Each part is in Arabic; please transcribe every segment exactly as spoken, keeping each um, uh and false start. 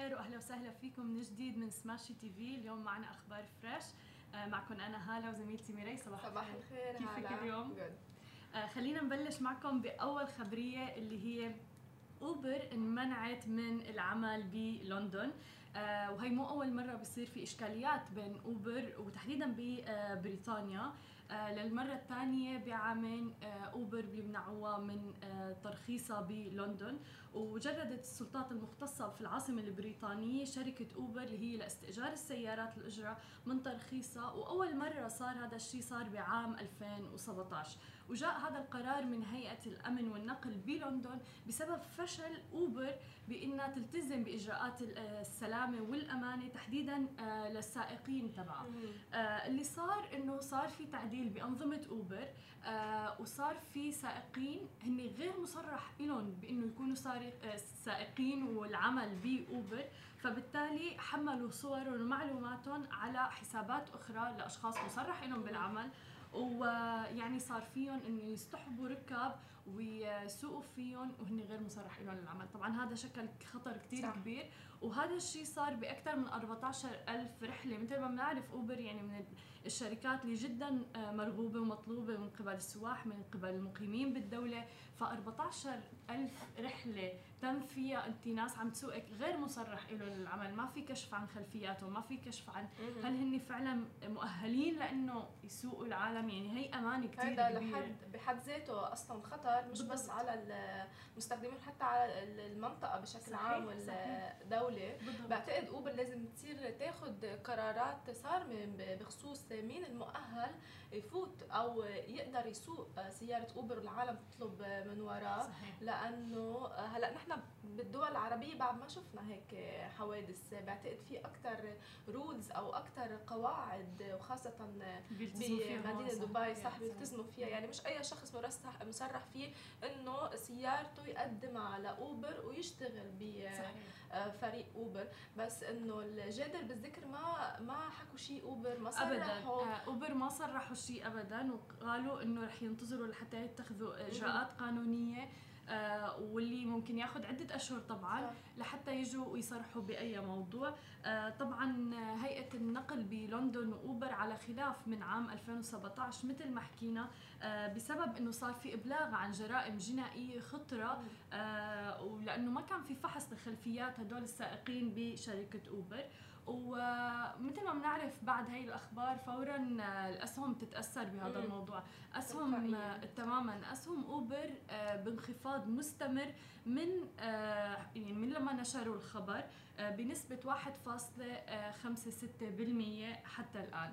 الخير واهلا وسهلا فيكم من جديد من سماشي تي في. اليوم معنا اخبار فريش. آه معكم انا هاله وزميلتي ميري. صباح, صباح الخير. كيفك هلا اليوم؟ good. آه خلينا نبلش معكم باول خبريه اللي هي اوبر انمنعت من العمل بلندن. آه وهي مو اول مره بصير في اشكاليات بين اوبر وتحديدا ببريطانيا. آه للمره الثانيه بعامين آه اوبر بيمنعوها من آه ترخيصها بلندن، وجردت السلطات المختصه في العاصمه البريطانيه شركه اوبر اللي هي لاستئجار السيارات الاجره من ترخيصها. واول مره صار هذا الشيء صار بعام ألفين وسبعطعش، وجاء هذا القرار من هيئه الامن والنقل بلندن بسبب فشل اوبر بانها تلتزم باجراءات السلامه والامانه تحديدا للسائقين تبعها. اللي صار انه صار في تعديل بانظمه اوبر، وصار في سائقين هن غير مصرح لهم بانه يكونوا سائقين والعمل باوبر، فبالتالي حملوا صورهم ومعلوماتهم على حسابات اخرى لاشخاص مصرح لهم بالعمل، ويعني صار فيهم انه يصطحبوا ركاب ويسوقوا فيهم وهن غير مصرح لهم للعمل. طبعا هذا شكل خطر كتير صح. كبير، وهذا الشيء صار باكثر من أربعطعش ألف رحله. مثل ما بنعرف اوبر يعني من الشركات اللي جدا مرغوبه ومطلوبه من قبل السواح من قبل المقيمين بالدوله، ف أربعطعش ألف رحله تم فيها انت ناس عم تسوقك غير مصرح له للعمل، ما في كشف عن خلفياتهم، ما في كشف عن هل هن فعلا مؤهلين لانه يسوقوا العالم. يعني هي امانه كثير كبيره. هذا لحد بحد ذاته اصلا خطر، مش بالضبط. بس على المستخدمين، حتى على المنطقه بشكل صحيح. عام والدوله. بعتقد اوبر لازم تصير تاخذ قرارات صارمه بخصوص مين المؤهل يفوت او يقدر يسوق سياره اوبر والعالم تطلب من وراه صحيح. لانه هلا نحن بالدول العربيه بعد ما شفنا هيك حوادث. بعتقد في اكثر رولز او اكثر قواعد، وخاصه بمدينه دبي صح بيلتزموا فيها. يعني مش اي شخص مرشح مصرح فيه انه سيارته يقدمها على اوبر ويشتغل بفريق اوبر، بس انه الجدر بالذكر ما ما حكوا شيء. اوبر ما صرحوا ابدا، اوبر ما صرحوا شيء ابدا، وقالوا انه رح ينتظروا لحتى يتخذوا اجراءات قانونيه، آه واللي ممكن ياخذ عده اشهر طبعا صح. لحتى يجوا ويصرحوا باي موضوع. آه طبعا هيئه النقل بلندن واوبر على خلاف من عام ألفين وسبعطعش مثل ما حكينا، آه بسبب انه صار في ابلاغ عن جرائم جنائيه خطره، آه ولانه ما كان في فحص لخلفيات هدول السائقين بشركه اوبر. ومثل ما بنعرف بعد هاي الاخبار فورا الاسهم تتاثر بهذا مم. الموضوع. اسهم تماما اسهم اوبر بانخفاض مستمر من يعني من لما نشروا الخبر بنسبه واحد فاصلة خمسة ستة بالمئة حتى الان،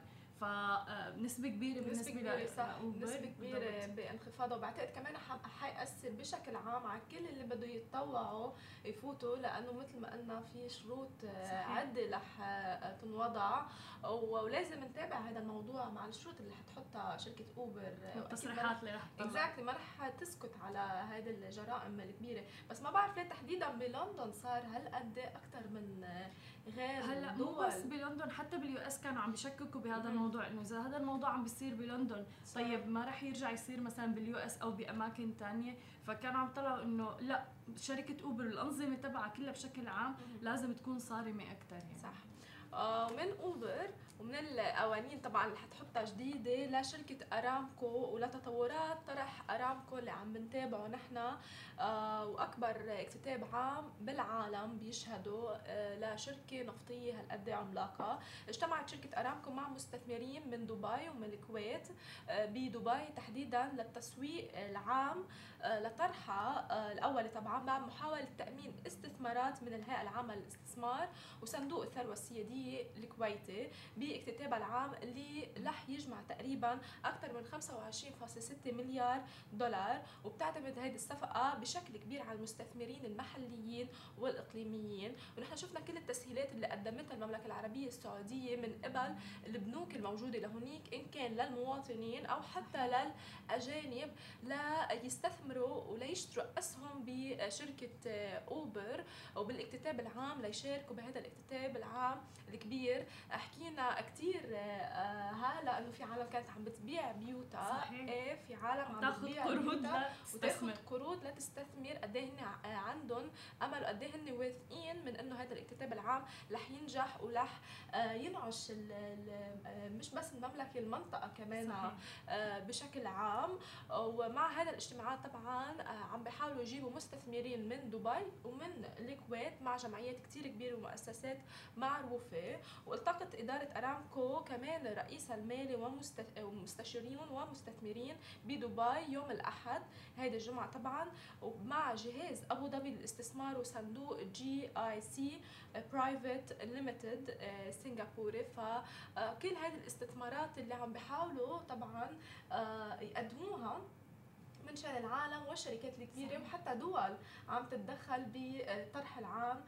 فنسبة كبيرة بالنسبة كبيرة صح. نسبة كبيرة بانخفاضه، وبعتقد كمان حيأثر بشكل عام على كل اللي بده يتطوعوا يفوتوا، لأنه مثل ما قلنا في شروط صحيح. عدة رح تنوضع، ولازم نتابع هذا الموضوع مع الشروط اللي حتحطها شركة أوبر والتصريحات اللي رح تطلع. exactly ما رح تسكت على هذه الجرائم الكبيرة. بس ما بعرف ليه تحديدا بلندن صار هالقد أكثر من غير هلا مو بس بلندن، حتى باليو اس كانوا عم بيشككوا بهذا الموضوع، الموضوع انه اذا هذا الموضوع عم بيصير بلندن صح. طيب ما رح يرجع يصير مثلا باليو اس او باماكن ثانيه؟ فكانوا عم طلعوا انه لا، شركه اوبر الانظمه تبعها كلها بشكل عام لازم تكون صارمه اكثر يعني. صح. آه من اوبر ومن القوانين طبعا اللي حتحطها جديده لشركه ارامكو ولتطورات طرح ارامكو اللي عم بنتابعه نحن، آه واكبر اكتتاب عام بالعالم بيشهدوا آه لشركه نفطيه هالقد عملاقه. اجتمعت شركه ارامكو مع مستثمرين من دبي ومن الكويت، آه بدبي تحديدا للتسويق العام آه لطرحها آه الاولي طبعا بعد محاوله تامين استثمارات من الهيئه العامه للاستثمار وصندوق الثروه السياديه الكويتي باكتتابها العام اللي رح يجمع تقريبا اكثر من خمسة وعشرين فاصلة ستة مليار دولار. وبتعتمد هذه الصفقه بشكل كبير على المستثمرين المحليين والاقليميين. ونحن شفنا كل التسهيلات اللي قدمتها المملكه العربيه السعوديه من قبل البنوك الموجوده لهونيك، ان كان للمواطنين او حتى للاجانب ليستثمروا وليشتروا اسهم بشركه اوبر وبالاكتتاب العام ليشاركوا بهذا الاكتتاب العام الكبير. حكينا كثير هلا انه في عالم كانت عم بتبيع بيوتها، ايه في عالم عم بتبيع بيوتها وتاخذ قروض لتستثمر. قد ايه هن عندهم امل وقد ايه هن واثقين من انه هذا الاكتتاب العام رح ينجح ورح ينعش مش بس المملكه، المنطقه كمان صحيح. بشكل عام. ومع هذا الاجتماعات طبعا عم بيحاولوا يجيبوا مستثمرين من دبي ومن الكويت مع جمعيات كتير كبيره ومؤسسات معروفه. والتقت اداره ارامكو كمان رئيسها المالي ومستشارين ومستثمرين بدبي يوم الاحد هيدي الجمعه طبعا، ومع جهاز ابو ظبي للاستثمار وصندوق جي اي سي برايفت ليميتد سنغافوري. فكل هذه الاستثمارات اللي عم بيحاولوا طبعا يقدموها من شان العالم والشركات الكبيره وحتى دول عم تتدخل بطرح العام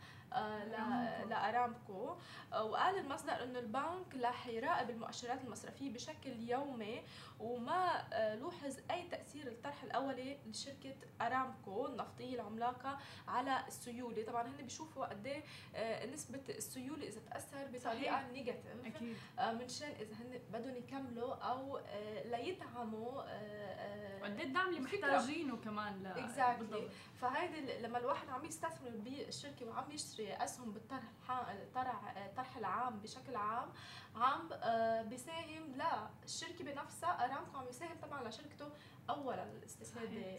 لارامكو. وقال المصدر انه البنك رح يراقب المؤشرات المصرفيه بشكل يومي وما لوحظ اي تاثير الطرح الاولي لشركه ارامكو النفطيه العملاقه على السيوله. طبعا هن بيشوفوا قد ايه نسبه السيوله اذا تاثر بطريقه نيجاتيف اكيد من شان اذا هن بدهم يكملوا او ليدعموا قد ايه الدعم اللي محتاجينه كمان لا exactly. فهيدي لما الواحد عم يستثمر بالشركه وعم يشتري اسهم بالطرح الطرح العام بشكل عام عم بيساهم للشركه بنفسها. ارامكو عم يساهم طبعا لشركته اولا الاستفاده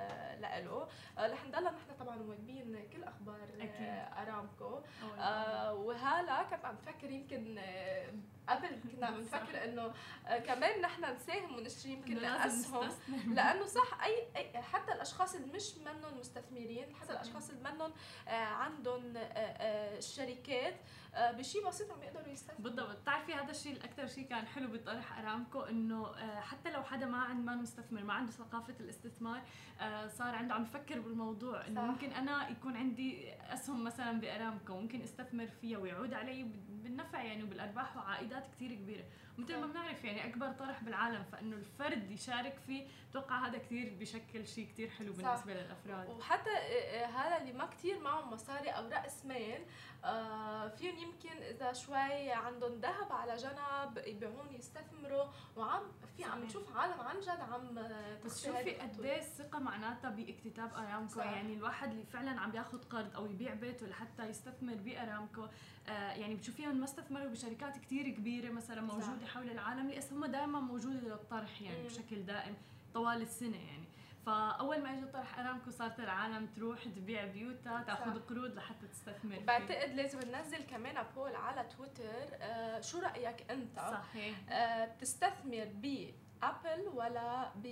له. رح نضلنا نحن طبعا مواكبين كل اخبار ارامكو. آه وهلا كنت عم تفكر يمكن قبل كنا عم نفكر انه كمان نحن نساهم ونشتري يمكن الاسهم لانه صح اي, أي حتى الاشخاص اللي مش منهم مستثمرين حتى الاشخاص اللي منهم عندهم شركات بشيء بسيط عم يقدروا يستثمروا. بالضبط. بتعرفي هذا الشيء الاكثر شيء كان حلو بطرح ارامكو انه حتى لو حدا ما عنده ما مستثمر ما عنده ثقافه الاستثمار صار عنده عم يفكر بالموضوع انه ممكن انا يكون عندي اسهم مثلا بارامكو ممكن استثمر فيها ويعود علي بالنفع يعني وبالارباح وعائدات كثير كبيره. مثل ما بنعرف يعني اكبر طرح بالعالم فانه الفرد يشارك فيه اتوقع هذا كثير بشكل شيء كثير حلو بالنسبه للافراد. وحتى هذا اللي ما كثير معهم مصاري او راس مال آه فيهم يمكن اذا شوي عندهم ذهب على جنب يبيعون يستثمروا وعم في عم نشوف عالم عن جد عم. بس شوفي قد ايه الثقه معناتها باكتتاب ارامكو صح. يعني الواحد اللي فعلا عم بياخذ قرض او يبيع بيته لحتى يستثمر بارامكو آه يعني بتشوفيهم ما استثمروا بشركات كثير كبيره مثلا موجوده صح. حول العالم اللي اسهمها دائما موجوده للطرح يعني مم. بشكل دائم طوال السنه يعني. فاول ما اجى طرح ارامكو صارت العالم تروح تبيع بيوتها تاخذ قروض لحتى تستثمر فيه. بعتقد لازم ننزل كمان بول على تويتر آه شو رايك انت صحيح آه بتستثمر ب ابل ولا ب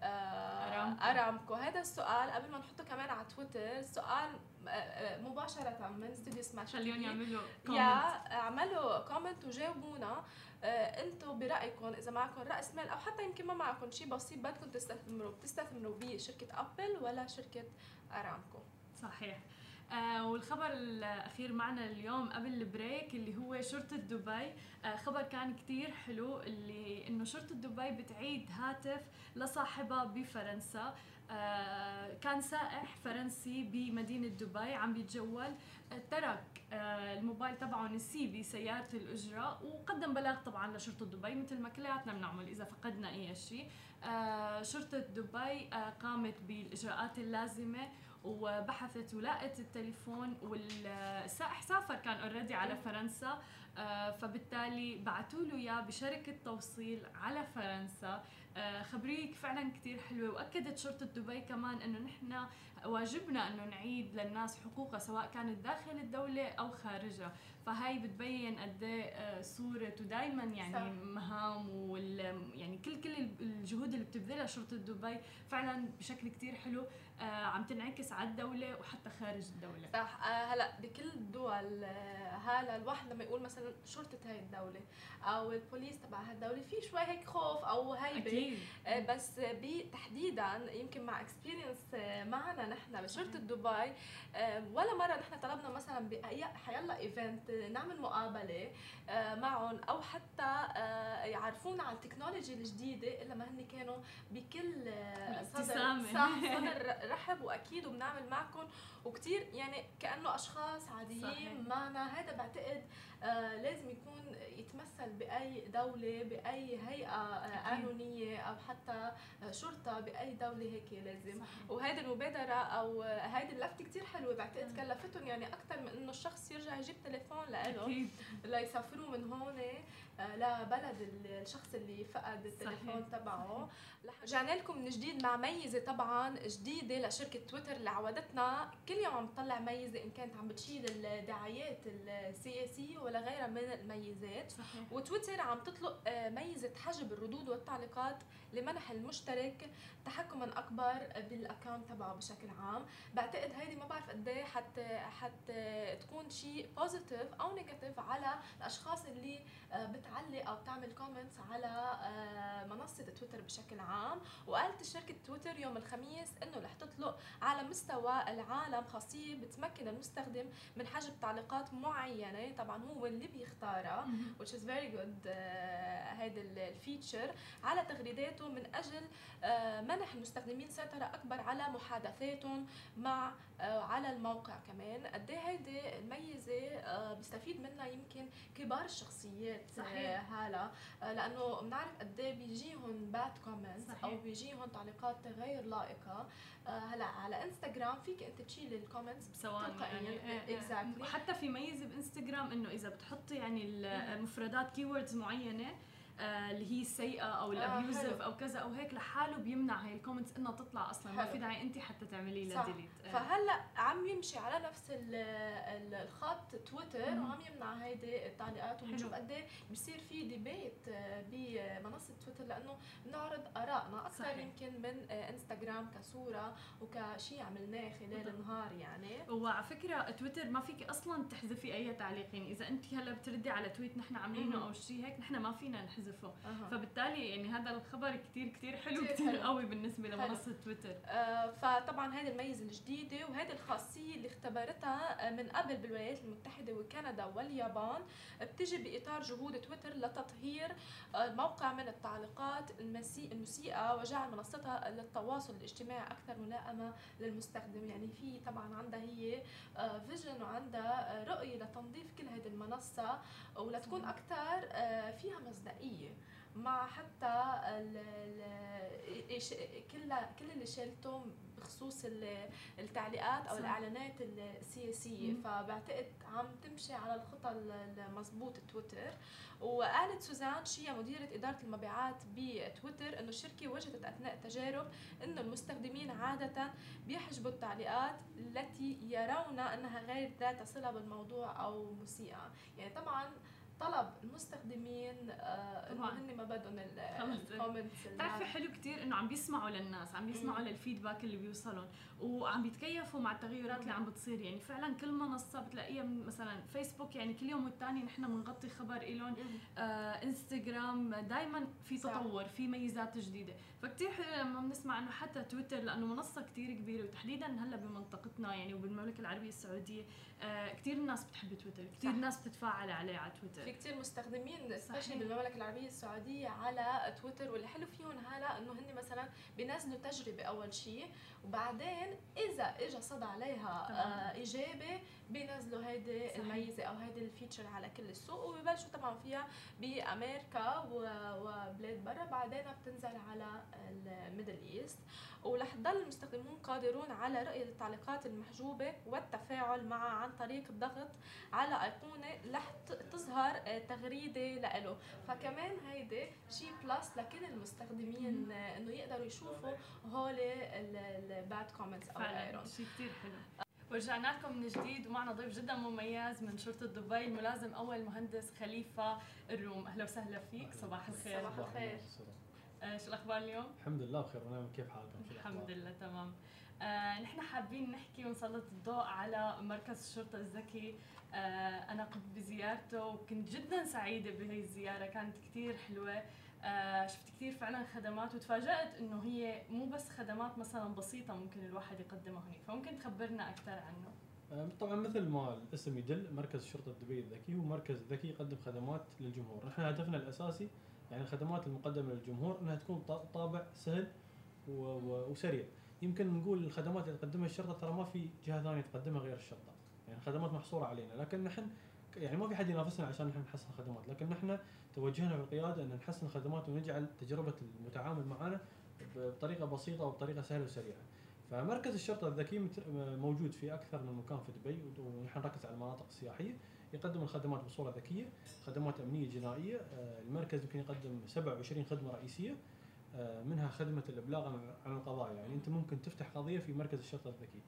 ارامكو؟ هذا السؤال قبل ما نحطه كمان على تويتر سؤال مباشره من استوديو سماش خليهم يعملوا كومنت يا اعملوا كومنت وجاوبونا آه انتم برايكم اذا معكم راس مال او حتى يمكن ما معكم شيء بسيط بدكم تستثمروا بتستثمروا بشركه ابل ولا شركه ارامكو؟ صحيح. آه والخبر الأخير معنا اليوم قبل البريك اللي هو شرطة دبي. آه خبر كان كتير حلو اللي إنه شرطة دبي بتعيد هاتف لصاحبها بفرنسا. آه كان سائح فرنسي بمدينة دبي عم بيتجول آه ترك آه الموبايل تبعه نسيه بسيارة الأجرة وقدم بلاغ طبعا لشرطة دبي مثل ما كلياتنا بنعمل إذا فقدنا أي شيء. آه شرطة دبي آه قامت بالإجراءات اللازمة وبحثت ولقت التليفون والسائح سافر كان اوريدي على فرنسا آه فبالتالي بعثوا له اياه بشركه توصيل على فرنسا. آه خبريك فعلا كتير حلوه. واكدت شرطه دبي كمان انه نحن واجبنا انه نعيد للناس حقوقها سواء كانت داخل الدوله او خارجها. فهي بتبين قد ايه صورته دائما يعني صح. مهام وال يعني كل كل الجهود اللي بتبذلها شرطه دبي فعلا بشكل كتير حلو آه عم تنعكس على الدوله وحتى خارج الدوله. صح. آه هلا بكل الدول آه هلا الواحد لما يقول مثلا شرطه هاي الدوله او البوليس تبع هالدوله في شوي هيك خوف او هيبه آه بس تحديدا يمكن مع اكسبيرينس آه معنا نحن بشرطه دبي آه ولا مره نحن طلبنا مثلا بحيلا ايفنت نعمل مقابله آه معهم او حتى آه يعرفونا على التكنولوجي الجديده الا ما هن كانوا بكل آه صدر صح صدر بنرحب واكيد وبنعمل معكم وكتير يعني كانه اشخاص عاديين معنا. هذا بعتقد آه لازم يكون يتمثل باي دوله، باي هيئه آه قانونيه او حتى آه شرطه باي دوله هيك لازم. وهيدي المبادره او هيدي اللفته كتير حلوه بعتقد كلفتهم يعني اكثر من انه الشخص يرجع يجيب تليفون لإله ليسافروا من هون لبلد الشخص اللي فقد التليفون تبعه. رجعنا لكم من جديد مع ميزه طبعا جديده لشركه تويتر اللي عودتنا كل يوم عم تطلع ميزه ان كانت عم بتشيد الدعايات السياسيه ولا غيرها من الميزات. صحيح. وتويتر عم تطلق ميزه حجب الردود والتعليقات لمنح المشترك تحكما اكبر بالاكونت تبعه بشكل عام. بعتقد هيدي ما بعرف قد ايه حتى حتى تكون شيء بوزيتيف او نيجاتيف على الاشخاص اللي بتعلق او بتعمل كومنتس على منصه تويتر بشكل عام. وقالت شركه تويتر يوم الخميس انه رح تطلق على مستوى العالم خاصيه بتمكن المستخدم من حجب تعليقات معينه، طبعا هو اللي بيختارها which is very good هيدا الفيتشر على تغريداته من اجل منح المستخدمين سيطره اكبر على محادثاتهم مع على الموقع. كمان قد ايه هيدي الميزه بيستفيد منها يمكن كبار الشخصيات. صحيح. هلا لانه بنعرف قد ايه بيجيهم باد كومنتس او بيجيهم تعليقات غير لائقه. هلا على انستغرام فيك انت تشيل الكومنتس بثواني يعني اكزاكتلي. وحتى في ميزه بانستغرام انه اذا بتحطي يعني المفردات كيوردز معينه آه اللي هي السيئه او الابيوزيف آه او كذا او هيك لحاله بيمنع هاي الكومنتس انها تطلع اصلا. حلو. ما في داعي انت حتى تعملي لها ديليت. آه. فهلا عم يمشي على نفس الخط تويتر مم. وعم يمنع هيدي التعليقات. وبنشوف قد ايه بصير في ديبيت بمنصه تويتر لانه بنعرض ارائنا اكثر. صحيح. يمكن من انستغرام كصوره وكشيء عملناه خلال مم. النهار يعني. وعلى فكره تويتر ما فيك اصلا تحذفي اي تعليق، يعني اذا انت هلا بتردي على تويت نحن عاملينه او شيء هيك نحن ما فينا نحذف. أه. فبالتالي يعني هذا الخبر كتير كتير حلو كتير, كتير قوي بالنسبة لمنصة تويتر. آه فطبعا هذه الميزة الجديدة وهذه الخاصية اللي اختبرتها من قبل بالولايات المتحدة وكندا واليابان بتجي بإطار جهود تويتر لتطهير الموقع من التعليقات المسيئة وجعل منصتها للتواصل الاجتماعي أكثر ملائمة للمستخدم. يعني في طبعا عندها هي فيجن وعندها رؤية لتنظيف كل هذه المنصة ولتكون أكثر فيها مصداقية مع حتى ال ال كل كل اللي شالته بخصوص التعليقات او صح. الاعلانات السياسيه. مم. فبعتقد عم تمشي على الخطى المضبوط تويتر. وقالت سوزان شيا مديره اداره المبيعات بتويتر انه الشركه وجدت اثناء التجارب انه المستخدمين عاده بيحجبوا التعليقات التي يرون انها غير ذات صله بالموضوع او مسيئه. يعني طبعا طلب المستخدمين آه انه هن ما بدهم الكومنتس. بتعرفي حلو كتير انه عم بيسمعوا للناس، عم بيسمعوا للفيدباك اللي بيوصلهم وعم بيتكيفوا مع التغيرات مم. اللي عم بتصير. يعني فعلا كل منصه بتلاقيها مثلا فيسبوك يعني كل يوم والثاني نحن بنغطي خبر إلهم. آه انستغرام دائما في تطور صح. في ميزات جديده. فكتير حلو لما بنسمع انه حتى تويتر لانه منصه كتير كبيره وتحديدا هلا بمنطقتنا يعني وبالمملكه العربيه السعوديه آه كتير الناس بتحب تويتر، كتير الناس بتتفاعل عليه على تويتر. في كتير مستخدمين سبيشلي بالمملكه العربيه السعوديه على تويتر. واللي حلو فيهم هلا انه هن مثلا بينزلوا تجربه اول شيء وبعدين اذا اجى صدى عليها آه ايجابي بينزلوا هيدي الميزه او هيدي الفيتشر على كل السوق وبيبلشوا طبعا فيها بامريكا وبلاد برا بعدين بتنزل على الميدل ايست. ورح يضل المستخدمون قادرون على رؤيه التعليقات المحجوبه والتفاعل معها عن طريق الضغط على ايقونه رح تظهر تغريده له. فكمان هيدي شيء بلس لكل المستخدمين انه يقدروا يشوفوا هول الباد كومنتس او غيرهم. شيء كثير حلو. ورجعنا لكم من جديد ومعنا ضيف جدا مميز من شرطة دبي الملازم أول مهندس خليفة الروم. أهلا وسهلا فيك. صباح الخير. صباح الخير. ايش الأخبار اليوم؟ الحمد لله بخير. ونعم. كيف حالكم؟ الحمد لله تمام. آه، نحن حابين نحكي ونسلط الضوء على مركز الشرطة الذكي. آه، أنا قمت بزيارته وكنت جدا سعيدة بهي الزيارة، كانت كتير حلوة. آه، شفت كتير فعلا خدمات وتفاجأت إنه هي مو بس خدمات مثلا بسيطة ممكن الواحد يقدمها هناك. فممكن تخبرنا أكثر عنه؟ طبعا مثل ما الاسم يدل مركز الشرطة الدبي الذكي هو مركز ذكي يقدم خدمات للجمهور. نحن هدفنا الأساسي يعني الخدمات المقدمة للجمهور أنها تكون طابع سهل وسريع. يمكن نقول الخدمات اللي تقدمها الشرطه ترى ما في جهه ثانيه تقدمها غير الشرطه، يعني خدمات محصوره علينا، لكن نحن يعني ما في حد ينافسنا عشان نحن نحسن خدمات، لكن نحن توجهنا في القياده ان نحسن الخدمات ونجعل تجربه المتعامل معنا بطريقه بسيطه وبطريقه سهله وسريعه. فمركز الشرطه الذكي موجود في اكثر من مكان في دبي، ونحن نركز على المناطق السياحيه، يقدم الخدمات بصوره ذكيه، خدمات امنيه جنائيه. المركز يمكن يقدم سبعة وعشرين خدمه رئيسيه، منها خدمه الابلاغ عن القضايا، يعني انت ممكن تفتح قضيه في مركز الشرطه الذكي.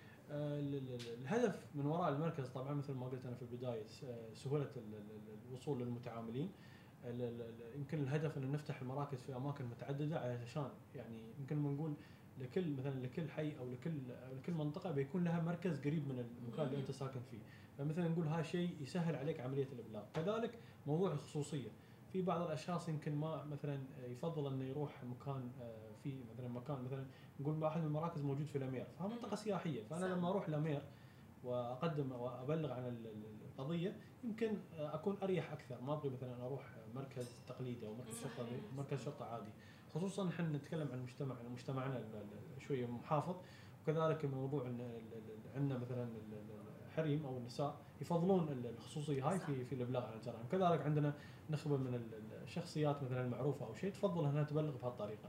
الهدف من وراء المركز طبعا مثل ما قلت انا في البدايه سهوله الوصول للمتعاملين. يمكن الهدف ان نفتح المراكز في اماكن متعدده علشان يعني يمكن نقول لكل مثلا لكل حي او لكل أو لكل منطقه بيكون لها مركز قريب من المكان اللي انت ساكن فيه، فمثلا نقول هذا شيء يسهل عليك عمليه الابلاغ. كذلك موضوع الخصوصيه، في بعض الاشخاص يمكن ما مثلا يفضل انه يروح مكان في مثلا مكان مثلا نقول واحد من المراكز موجود في لامير، فهي منطقه سياحيه، فانا لما اروح لامير واقدم وابلغ عن القضيه يمكن اكون اريح اكثر، ما ابغي مثلا اروح مركز تقليدي او مركز شرطه مركز شرطه عادي، خصوصا احنا نتكلم عن المجتمع مجتمعنا شويه محافظ، وكذلك موضوع عندنا مثلا الحريم او النساء يفضلون الخصوصيه هاي في في الابلاغ عن الجرائم، كذلك عندنا نخبه من الشخصيات مثلا المعروفه او شيء تفضل انها تبلغ بهالطريقه.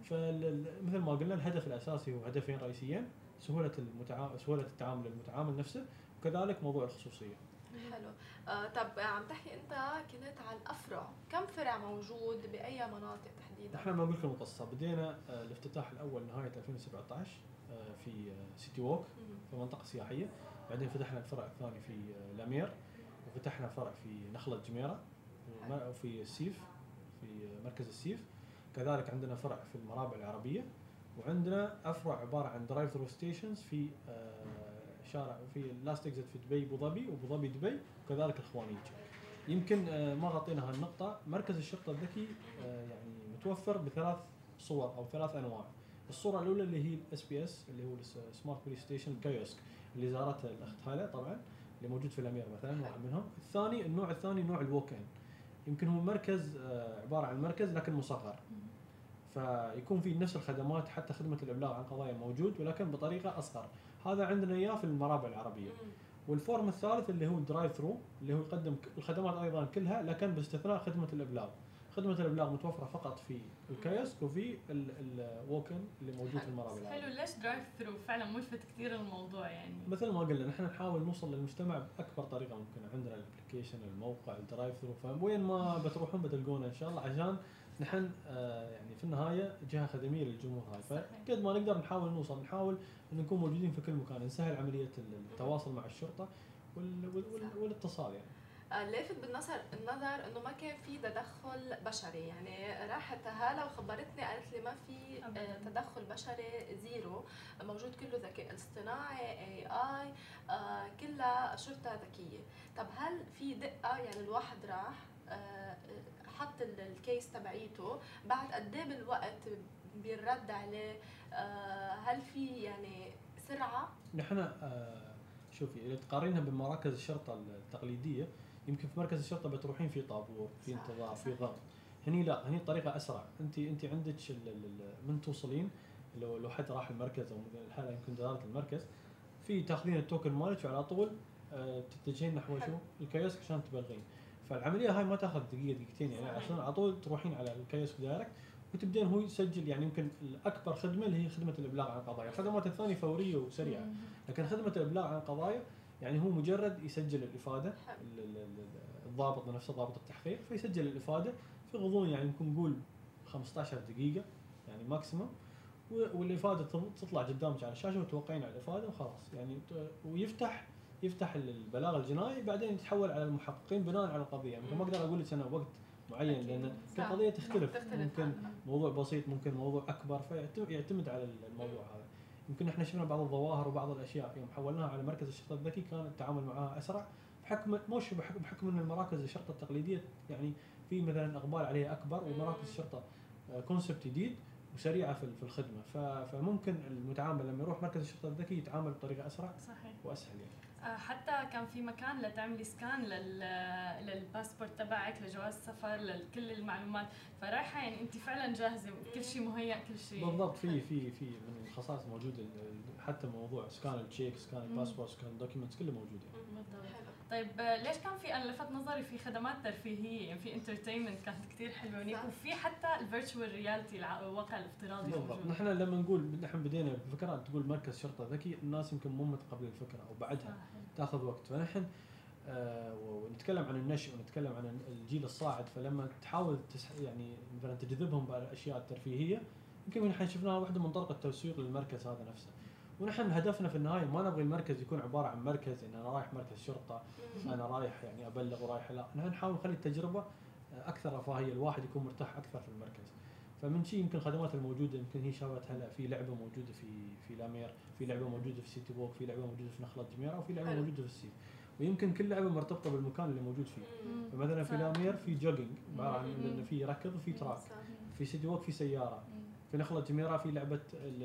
فمثل ما قلنا الهدف الاساسي هو هدفين رئيسيين، سهوله المتعامل سهوله التعامل للمتعامل نفسه، وكذلك موضوع الخصوصيه. حلو. آه طب عم تحكي انت كنت على الافرع، كم فرع موجود باي مناطق تحديدا؟ احنا ما نقول لكم القصه، بدينا آه الافتتاح الاول نهايه ألفين وسبعة عشر آه في آه سيتي ووك في منطقه سياحيه، بعدين فتحنا الفرع الثاني في آه لامير، وفتحنا فرع في نخله جميره وفي السيف في آه مركز السيف، كذلك عندنا فرع في المرابع العربيه، وعندنا افرع عباره عن درايف ثرو ستيشنز في آه شارع في لاست اكزت في دبي ابو ظبي وابو ظبي دبي، وكذلك الخوانيج. يمكن ما غطينا هالنقطه، مركز الشرطه الذكي يعني متوفر بثلاث صور او ثلاث انواع. الصوره الاولى اللي هي الاس بي اس اللي هو سمارت بوليس ستيشن كايوسك اللي زارتها الاخت هاله طبعا، اللي موجود في الامير مثلا واحد منهم. الثاني النوع الثاني نوع الووك ان، يمكن هو مركز عباره عن مركز لكن مصغر، فيكون في نفس الخدمات حتى خدمه الابلاغ عن قضايا موجود ولكن بطريقه اصغر. هذا عندنا اياه في المرابع العربيه. والفورم الثالث اللي هو الدرايف ثرو اللي هو يقدم الخدمات ايضا كلها لكن باستثناء خدمه الابلاغ. خدمه الابلاغ متوفره فقط في الكايوسك وفي الووكن اللي موجود في المرابع العربيه. حلو، ليش درايف ثرو؟ فعلا ملفت كثير الموضوع يعني. مثل ما قلنا نحن نحاول نوصل للمجتمع باكبر طريقه ممكنه، عندنا الابلكيشن الموقع الدرايف ثرو، فوين ما بتروحون بتلقونا ان شاء الله، عشان نحن آه يعني في النهايه جهه خدميه للجمهور هاي، فقد ما نقدر نحاول نوصل، نحاول ان نكون موجودين في كل مكان، نسهل عمليه التواصل مع الشرطه وال وال والاتصال يعني. لافت بالنظر النظر انه ما كان في تدخل بشري، يعني راحت هاله وخبرتني قالت لي ما في تدخل بشري، زيرو، موجود كله ذكاء اصطناعي، اي اي، آه كلها شرطه ذكيه. طب هل في دقه؟ يعني الواحد راح آه حط الكيس تبعيته، بعد قد ايه بالوقت بيرد عليه؟ آه هل في يعني سرعه؟ نحن آه شوفي اذا تقارنها بمراكز الشرطه التقليديه، يمكن في مركز الشرطه بتروحين في طابور، في انتظار، في ضغط. هني لا، هني الطريقه اسرع، انت انت عندك من توصلين لو لو حد راح المركز او الحاله يمكن دائره المركز، في تاخذين التوكن مالك وعلى طول آه تتجهين نحو شو الكيوسك عشان تبلغين. فالعمليه هاي ما تاخذ دقيقه دقيقتين يعني، عشان على طول تروحين على الكيوسك دايركت وتبدين هو يسجل. يعني يمكن الاكبر خدمه اللي هي خدمه الابلاغ عن القضايا، الخدمات الثانيه فوريه وسريعه، لكن خدمه الابلاغ عن القضايا يعني هو مجرد يسجل الافاده، الضابط نفسه ضابط التحقيق فيسجل الافاده في غضون يعني ممكن نقول خمسة عشر دقيقه يعني ماكسيموم، والافاده تطلع قدامك على الشاشه وتوقعين على الافاده وخلاص يعني، ويفتح يفتح البلاغ الجنائي، بعدين يتحول على المحققين بناء على القضيه. يعني ما اقدر اقول لك انا وقت معين لان كل قضيه تختلف، ممكن موضوع بسيط ممكن موضوع اكبر، فيعتمد على الموضوع هذا. يمكن احنا شفنا بعض الظواهر وبعض الاشياء يوم حولناها على مركز الشرطه الذكي كان التعامل معها اسرع، بحكم مش بحكم, بحكم ان المراكز الشرطه التقليديه يعني في مثلا اقبال عليها اكبر، ومراكز الشرطه كونسبت جديد وسريعه في في الخدمه، فممكن المتعامل لما يروح مركز الشرطه الذكي يتعامل بطريقه اسرع صحيح. واسهل يعني. آه، حتى كان في مكان لتعملي سكان لل للباسبورت تبعك، لجواز السفر، لكل المعلومات، فرايحه يعني انت فعلا جاهزه، كل شيء مهيأ، كل شيء بالضبط. في في في من الخصائص موجوده، حتى موضوع سكان التشيك، سكان الباسبورت، سكان الدوكيومنتس، كله موجود يعني. بالضبط. طيب آه، ليش كان في، انا لفت نظري في خدمات ترفيهيه، يعني في انترتينمنت كانت كثير حلوه هنيك، وفي حتى الفيرتشوال رياليتي، الواقع الافتراضي بالضبط. موجود. نحن لما نقول نحن بدينا بفكره تقول مركز شرطه ذكي، الناس يمكن مو متقبله الفكره او بعدها صحيح. تاخذ وقت. فنحن آه ونتكلم عن النشء ونتكلم عن الجيل الصاعد، فلما تحاول تسح يعني مثلا تجذبهم بالاشياء الترفيهيه، يمكن نحن شفناها واحده من طرق التسويق للمركز هذا نفسه. ونحن هدفنا في النهايه ما نبغي المركز يكون عباره عن مركز ان انا رايح مركز شرطه انا رايح يعني ابلغ ورايح، لا، نحن نحاول نخلي التجربه اكثر رفاهيه، الواحد يكون مرتاح اكثر في المركز. فمن شيء يمكن الخدمات الموجوده يمكن هي شابت هلا، في لعبه موجوده في في لامير، في لعبه موجوده في سيتي ووك، في لعبه موجوده في نخله جميره، وفي لعبه موجوده في السيف، ويمكن كل لعبه مرتبطه بالمكان اللي موجود فيه. فمثلا في لامير في جوجينج عباره عن انه في ركض وفي تراك، في سيتي ووك في سياره، في نخله جميره في لعبه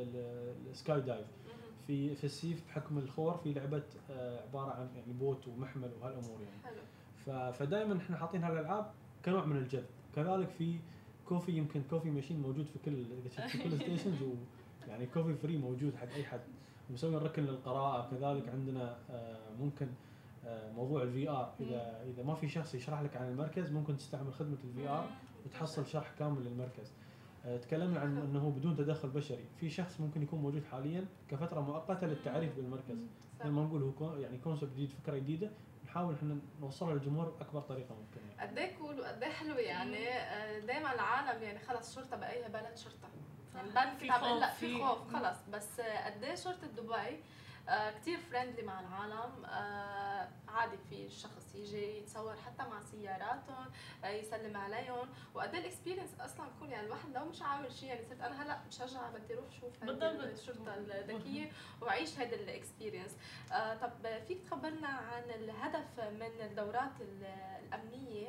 السكاي دايف، في في السيف بحكم الخور في لعبه عباره عن يعني بوت ومحمل وهالامور يعني. فدائما احنا حاطين هالالعاب كنوع من الجذب. كذلك في كوفي، يمكن كوفي ماشين موجود في كل في كل ستيشنز، ويعني كوفي فري موجود حق اي حد، مسوي ركن للقراءه. كذلك عندنا ممكن موضوع الفي ار، اذا اذا ما في شخص يشرح لك عن المركز ممكن تستعمل خدمه الفي ار وتحصل شرح كامل للمركز. تكلمنا عن انه بدون تدخل بشري، في شخص ممكن يكون موجود حاليا كفتره مؤقته للتعريف بالمركز. لما نقول هو يعني كونسبت جديد، فكره جديده، نحاول احنا نوصلها للجمهور باكبر طريقه ممكنه. يعني قد ايه كول وقد ايه حلو يعني. دائما العالم يعني خلص شرطه باي بلد شرطه، يعني بعد في خوف، لا في خوف خلص، بس قد ايه شرطه دبي آه كتير فريندلي مع العالم. آه عادي في الشخص يجي يتصور حتى مع سياراتهم، آه يسلم عليهم، وقد ايه الاكسبيرينس اصلا بكون يعني الواحد لو مش عامل شيء، يعني صرت انا هلا مشجعه بدي اروح شوف هذه الشرطه الذكيه واعيش هذا الاكسبيرينس. آه طب فيك تخبرنا عن الهدف من الدورات الامنيه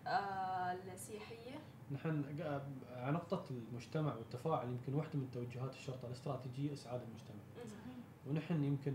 آه السياحيه؟ نحن على نقطه المجتمع والتفاعل، يمكن واحده من توجهات الشرطه الاستراتيجيه اسعاد المجتمع. ونحن يمكن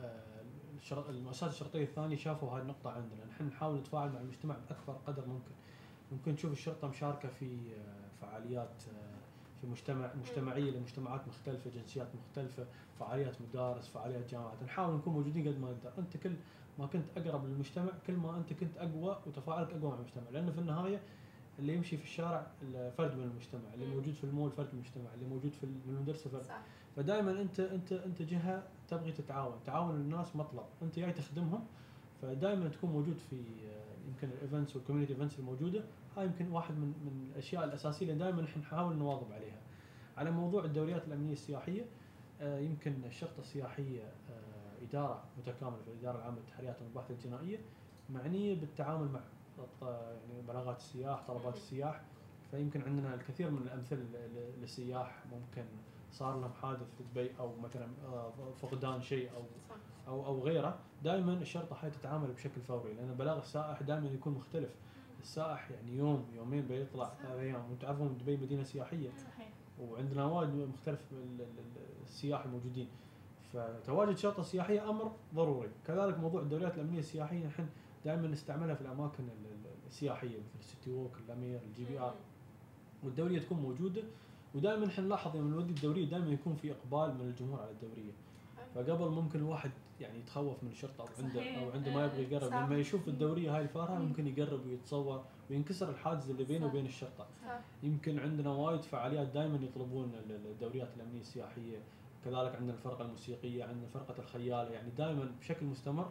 المؤسسات الشرطيه الثانيه شافوا هذه النقطه عندنا، نحن نحاول نتفاعل مع المجتمع باكبر قدر ممكن. ممكن تشوف الشرطه مشاركه في فعاليات في مجتمع مجتمعيه لمجتمعات مختلفه، جنسيات مختلفه، فعاليات مدارس، فعاليات جامعات، نحاول نكون موجودين قد ما نقدر. انت كل ما كنت اقرب للمجتمع كل ما انت كنت اقوى وتفاعلك اقوى مع المجتمع، لانه في النهايه اللي يمشي في الشارع فرد من المجتمع، اللي موجود في المول فرد من المجتمع، اللي موجود في المدرسه فرد. صح. فدائما انت انت انت جهه تبغي تتعاون، تعاون الناس مطلب، انت جاي تخدمهم، فدائما تكون موجود في يمكن الايفنتس والكوميونتي ايفنتس الموجوده. هاي يمكن واحد من من الاشياء الاساسيه اللي دائما نحن نحاول نواظب عليها. على موضوع الدوريات الامنيه السياحيه، يمكن الشرطه السياحيه اداره متكامله في الاداره العامه للتحريات والمباحث الجنائيه، معنيه بالتعامل مع يعني بلاغات السياح، طلبات السياح. فيمكن عندنا الكثير من الامثله للسياح ممكن صار لهم حادث في دبي او مثلا فقدان شيء او او او غيره، دائما الشرطه هاي تتعامل بشكل فوري، لان بلاغ السائح دائما يكون مختلف. السائح يعني يوم يومين بيطلع ثلاث ايام، وانتم تعرفون دبي مدينه سياحيه صحيح، وعندنا وايد مختلف السياح الموجودين، فتواجد شرطه سياحيه امر ضروري. كذلك موضوع الدوريات الامنيه السياحيه نحن دائما نستعملها في الاماكن السياحيه مثل السيتي ووك، الامير، الجي بي ار، والدوريه تكون موجوده. ودائما نحن نلاحظ لما نودي الدوريه دائما يكون في اقبال من الجمهور على الدوريه. فقبل ممكن الواحد يعني يتخوف من الشرطه او عنده او عنده ما يبغى يقرب، لما يشوف الدوريه هاي الفارهه ممكن يقرب ويتصور وينكسر الحاجز اللي بينه وبين الشرطه. يمكن عندنا وايد فعاليات دائما يطلبون الدوريات الامنيه السياحيه. كذلك عندنا الفرقه الموسيقيه، عندنا فرقه الخياله، يعني دائما بشكل مستمر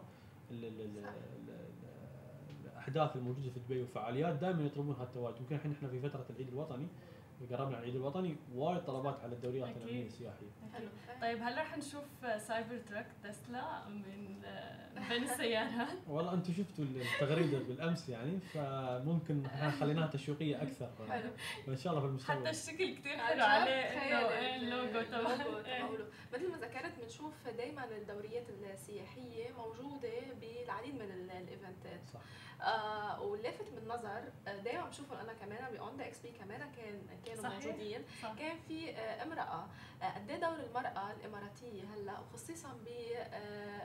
الاحداث الموجوده في دبي وفعاليات دائما يطلبون هالتواجد. يمكن الحين احنا في فتره العيد الوطني، قربنا على العيد الوطني، وايد طلبات على الدوريات الامنيه السياحيه. حلو. طيب هل راح نشوف سايبر تراك تسلا من بين السيارات؟ والله انتم شفتوا التغريده بالامس يعني، فممكن احنا خليناها تشويقيه اكثر. حلو. وان شاء الله في المستقبل. حتى الشكل كثير حلو عليه، انه اللوجو تبعه. مثل ما ذكرت بنشوف دائما الدوريات السياحيه موجوده بالعديد من الايفنتات. صح. آه واللافت بالنظر دائما بشوفهم انا كمان باون ذا اكس بي كمان كان كانوا صحيح. موجودين. صح. كان في آه امراه. قد ايه دور المراه الاماراتيه هلا وخصيصا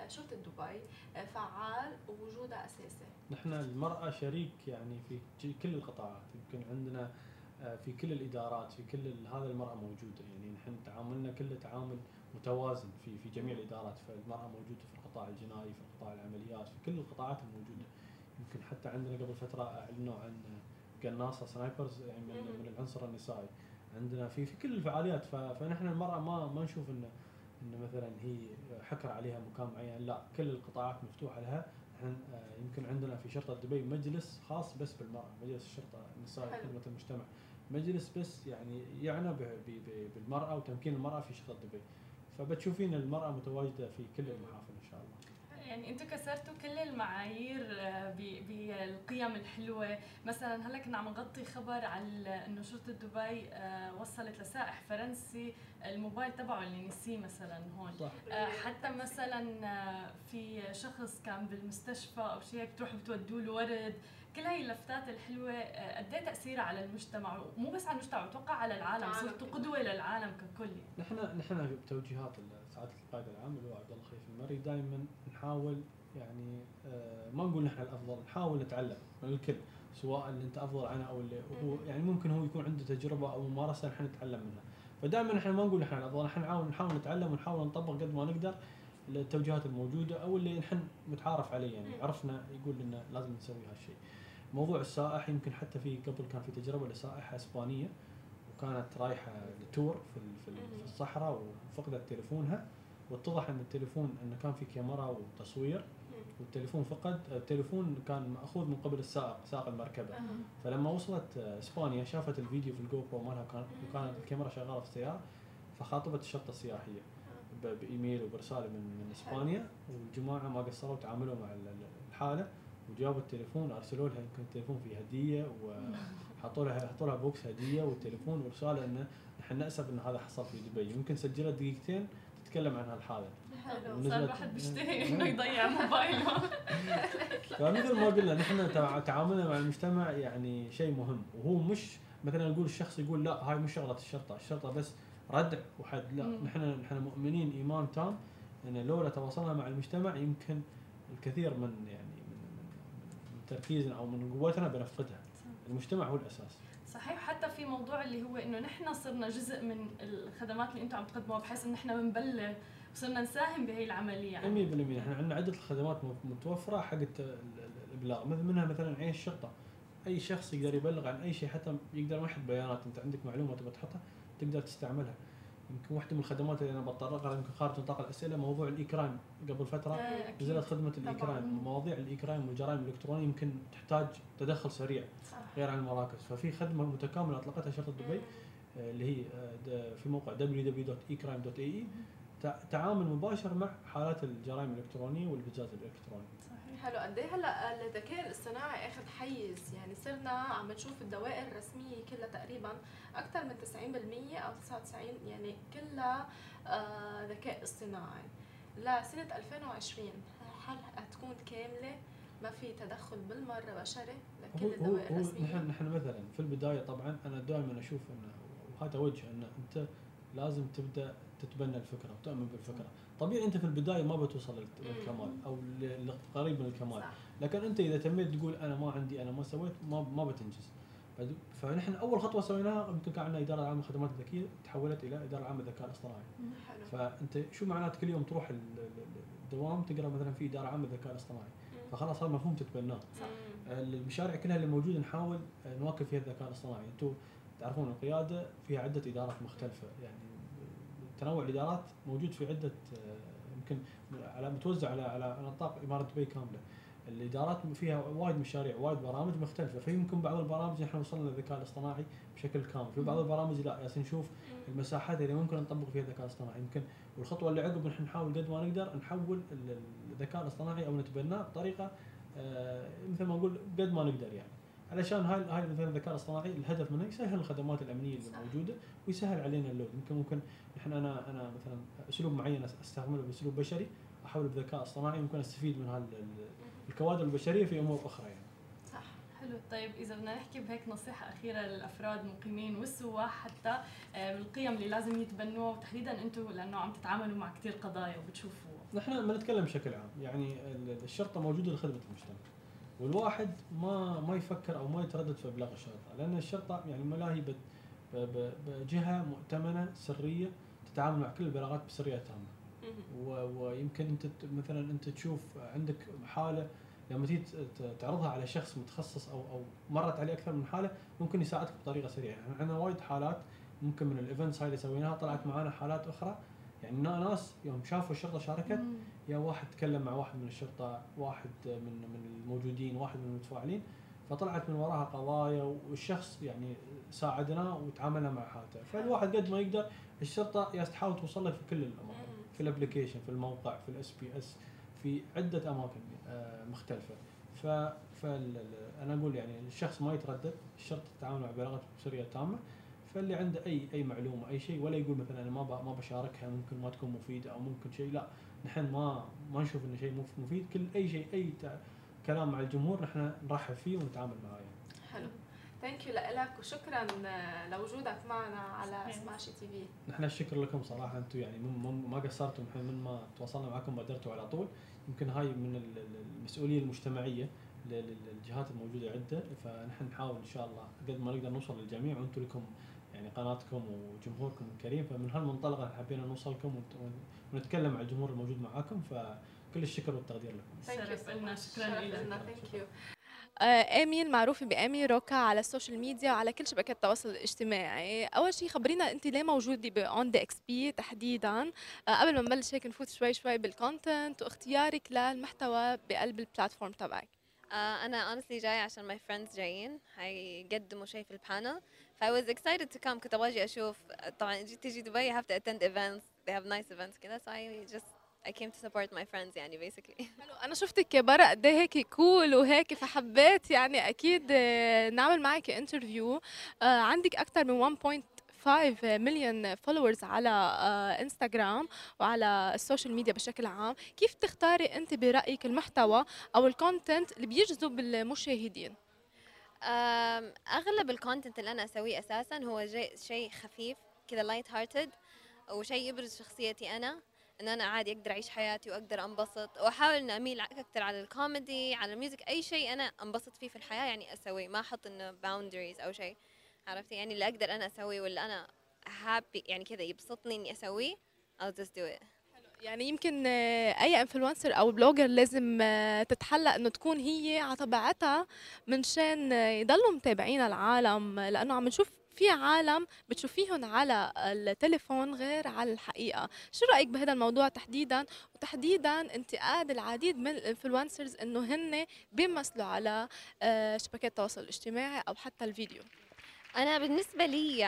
شرطه دبي فعال ووجودها اساسي؟ نحن المرأة شريك يعني في ج- كل القطاعات، يمكن عندنا آه، في كل الإدارات، في كل ال- هذا المرأة موجودة، يعني نحن تعاملنا كله تعامل متوازن في في جميع الإدارات، فالمرأة موجودة في القطاع الجنائي، في قطاع العمليات، في كل القطاعات الموجودة. يمكن حتى عندنا قبل فترة أعلنوا عن قناصة سنايبرز يعني من, مهم. من العنصر النسائي عندنا في في كل الفعاليات، ف- فنحن المرأة ما ما نشوف إنه إنه مثلا هي حكر عليها مكان معين، لا كل القطاعات مفتوحة لها. نحن آه، يمكن عندنا في شرطة دبي مجلس خاص بس بالمرأة، مجلس الشرطة النسائي حلو. خدمة المجتمع، مجلس بس يعني يعنى ب- ب- ب- بالمرأة وتمكين المرأة في شرطة دبي، فبتشوفين المرأة متواجدة في كل المحافل إن شاء الله. يعني انتم كسرتوا كل المعايير آه، ب- بالقيم الحلوه، مثلا هلا كنا عم نغطي خبر على انه شرطه دبي آه، وصلت لسائح فرنسي الموبايل تبعه اللي نسيه مثلا هون. صح. آه، حتى مثلا آه، في شخص كان بالمستشفى او شيء بتروحوا بتودوا له ورد. كل هاي اللفتات الحلوه آه، قد ايه تاثيرها على المجتمع، ومو بس على المجتمع، بتوقع على العالم، العالم صرتوا كله. قدوه للعالم ككل. نحن نحن بتوجيهات سعاده القائد العام اللي هو عبد الله خليفه المري دائما نحاول يعني آه، ما نقول نحن الافضل، نحاول نتعلم من الكل، سواء اللي انت افضل عنه او اللي هو يعني ممكن هو يكون عنده تجربه او ممارسه نحن نتعلم منها، فدائما نحن ما نقول نحن الافضل، نحن نحاول نحاول نتعلم ونحاول نطبق قد ما نقدر التوجيهات الموجوده او اللي نحن متعارف عليه، يعني عرفنا يقول لنا لازم نسوي هالشيء. موضوع السائح يمكن حتى في قبل كان في تجربه لسائحه اسبانيه وكانت رايحه لتور في ال- في ال- في الصحراء وفقدت تليفونها، واتضح ان التليفون انه كان في كاميرا وتصوير، والتليفون فقد التليفون كان ماخوذ من قبل السائق سائق المركبه، فلما وصلت اسبانيا شافت الفيديو في الجو برو مالها كان وكانت الكاميرا شغاله في السياره، فخاطبت الشرطه السياحيه ب- بايميل وبرساله من من اسبانيا، والجماعه ما قصروا تعاملوا مع ال- ال- الحاله وجابوا التليفون ارسلوا لها يمكن التليفون فيه هديه وحطوا لها حطوا لها بوكس هديه والتليفون ورساله انه نحن ناسف ان هذا حصل في دبي، يمكن سجلت دقيقتين تتكلم عن هالحاله. حلو. صار ونزلت- الواحد بيشتهي انه يضيع موبايله. فمثل ما قلنا نحن تع- تعاملنا مع المجتمع يعني شيء مهم، وهو مش مثلا نقول الشخص يقول لا هاي مش شغله الشرطه، الشرطه بس ردع وحد، لا مم. نحن نحن مؤمنين ايمان تام ان لولا تواصلنا مع المجتمع يمكن الكثير من يعني من, من, من تركيزنا او من قوتنا بنفقدها، المجتمع هو الاساس. صحيح، حتى في موضوع اللي هو انه نحن صرنا جزء من الخدمات اللي انتم عم تقدموها، بحيث انه نحن بنبلغ وصرنا نساهم بهي العمليه يعني. مية بالمية نحن عندنا عده الخدمات متوفره حق الت- ال- ال- الابلاغ، مثل منها مثلا عين الشرطه، اي شخص يقدر يبلغ عن اي شيء، حتى يقدر ما يحط بيانات، انت عندك معلومه تبغى تحطها تقدر تستعملها. يمكن واحده من الخدمات اللي انا بتطرقها يمكن خارج نطاق الاسئله موضوع الايكرايم، قبل فتره آه، أكيد. نزلت خدمه طبعاً. الايكرايم، مواضيع الايكرايم والجرائم الالكترونيه يمكن تحتاج تدخل سريع صح. غير عن المراكز، ففي خدمه متكامله اطلقتها شرطه دبي آه، اللي هي آه، د- في موقع دبليو دبليو دوت اي كرايم دوت اي اي، تعامل مباشر مع حالات الجرائم الالكترونيه والابتزاز الالكتروني. صحيح. حلو. قد ايه هلا الذكاء الاصطناعي اخذ حيز، يعني صرنا عم نشوف الدوائر الرسميه كلها تقريبا اكثر من تسعين بالمية او تسعة وتسعين يعني كلها آه ذكاء اصطناعي. لسنه ألفين وعشرين هل حتكون كامله ما في تدخل بالمره بشري لكل هو هو, الدوائر هو الرسميه؟ نحن نحن مثلا في البدايه طبعا انا دائما اشوف انه وهذا توجه انه انت لازم تبدا تتبنى الفكره وتؤمن بالفكره، طبيعي انت في البدايه ما بتوصل للت- للكمال او ل- لقريب من الكمال، صح. لكن انت اذا تميت تقول انا ما عندي انا ما سويت ما ما بتنجز. فد- فنحن اول خطوه سويناها يمكن كان عندنا اداره العامه للخدمات الذكيه تحولت الى اداره العامه للذكاء الاصطناعي، حلو. فانت شو معناته كل يوم تروح ال- ال- الدوام تقرا مثلا في اداره عامه للذكاء الاصطناعي، مم. فخلاص هذا مفهوم تتبناه. مم. المشاريع كلها اللي موجوده نحاول نواكب فيها الذكاء الاصطناعي، انتم تعرفون القياده فيها عده ادارات مختلفه، يعني تنوع الادارات موجود في عده آه، يمكن على متوزع على على نطاق اماره دبي كامله، الادارات فيها وايد مشاريع وايد برامج مختلفه، فيمكن بعض البرامج نحن وصلنا للذكاء الاصطناعي بشكل كامل، في بعض البرامج لا ياسين نشوف المساحات اللي ممكن نطبق فيها الذكاء الاصطناعي، يمكن والخطوه اللي عقب نحن نحاول قد ما نقدر نحول ال- الذكاء الاصطناعي او نتبناه بطريقه آه، مثل ما نقول قد ما نقدر، يعني علشان هاي هاي مثلا الذكاء الاصطناعي الهدف منه يسهل الخدمات الامنيه اللي صح. موجوده ويسهل علينا اللود، يمكن ممكن نحن انا انا مثلا اسلوب معين استعمله باسلوب بشري احوله بذكاء اصطناعي ممكن استفيد من هال الكوادر البشريه في امور اخرى يعني. صح. حلو. حلو. طيب اذا بدنا نحكي بهيك نصيحه اخيره للافراد المقيمين والسواح حتى بالقيم اللي لازم يتبنوها، وتحديدا انتم لانه عم تتعاملوا مع كثير قضايا وبتشوفوا. نحن بنتكلم بشكل عام، يعني الشرطه موجوده لخدمه المجتمع، والواحد ما ما يفكر او ما يتردد في ابلاغ الشرطه، لان الشرطه يعني ملاهي بجهه مؤتمنه سريه تتعامل مع كل البلاغات بسريه تامه. ويمكن انت مثلا انت تشوف عندك حاله لما تيجي تعرضها على شخص متخصص او او مرت عليه اكثر من حاله ممكن يساعدك بطريقه سريعه. يعني عندنا وايد حالات ممكن من الايفنتس هاي اللي سويناها طلعت معنا حالات اخرى، يعني ناس يوم شافوا الشرطه شاركت يا واحد تكلم مع واحد من الشرطه، واحد من من الموجودين، واحد من المتفاعلين، فطلعت من وراها قضايا والشخص يعني ساعدنا وتعاملنا مع حالته. فالواحد قد ما يقدر الشرطه تحاول توصل لك في كل الاماكن، في الابلكيشن، في الموقع، في الاس بي اس، في عده اماكن مختلفه. ف فانا اقول يعني الشخص ما يتردد، الشرطه تتعامل مع بلاغات بسريه تامه. فاللي عنده اي اي معلومه اي شيء ولا يقول مثلا انا ما ما بشاركها ممكن ما تكون مفيده او ممكن شيء، لا نحن ما ما نشوف انه شيء مفيد. كل اي شيء اي كلام مع الجمهور نحن نرحب فيه ونتعامل معاه يعني. حلو. ثانك يو لك وشكرا لوجودك معنا على سماشي تي في. نحن الشكر لكم صراحه، انتم يعني ما قصرتوا من ما تواصلنا معكم بادرتوا على طول. يمكن هاي من المسؤوليه المجتمعيه للجهات الموجوده عده، فنحن نحاول ان شاء الله قد ما نقدر نوصل للجميع، وانتم لكم يعني قناتكم وجمهوركم الكريم. فمن هالمنطلقه حبينا نوصلكم ونتكلم مع الجمهور الموجود معاكم، فكل الشكر والتقدير لكم. شرف لنا. شكرا لك. ثانك يو. آمي المعروفة بآمي روكا على السوشيال ميديا وعلى كل شبكات التواصل الاجتماعي. أول شيء خبرينا أنت ليه موجودة بأون ذا إكس بي تحديدا، قبل ما نبلش هيك نفوت شوي شوي بالكونتنت واختيارك للمحتوى بقلب البلاتفورم تبعك. Uh, أنا honestly جاي عشان my friends جايين هيقدموا شيء في البانل. ف I was excited to come. كنت أبغى أجي أشوف. طبعا جيت تجي دبي I have to attend events. They have nice events كذا. So I just I came to support my friends يعني basically. حلو. أنا شفتك برا قد ايه هيك كول وهيك، فحبيت يعني أكيد نعمل معك انترفيو. عندك أكثر من واحد فاصلة خمسة مليون فولورز على انستغرام وعلى السوشيال ميديا بشكل عام. كيف تختاري انت برايك المحتوى او الكونتنت اللي بيجذب المشاهدين؟ اغلب الكونتنت اللي انا اسويه اساسا هو شيء خفيف كذا لايت هارتد، وشيء يبرز شخصيتي انا، ان انا عادي اقدر اعيش حياتي واقدر انبسط، واحاول ان اميل اكثر على الكوميدي، على الميوزك، اي شيء انا انبسط فيه في الحياه يعني اسويه، ما احط انه باوندريز او شيء. عرفتي يعني اللي اقدر انا اسويه واللي انا هابي يعني كذا يبسطني اني اسويه I'll just do it. يعني يمكن اي انفلونسر او بلوجر لازم تتحلى انه تكون هي على طبيعتها منشان يضلوا متابعين العالم، لانه عم نشوف في عالم بتشوفيهم على التليفون غير على الحقيقه. شو رايك بهذا الموضوع تحديدا، وتحديدا انتقاد العديد من الانفلونسرز انه هن بيمثلوا على شبكات التواصل الاجتماعي او حتى الفيديو؟ انا بالنسبه لي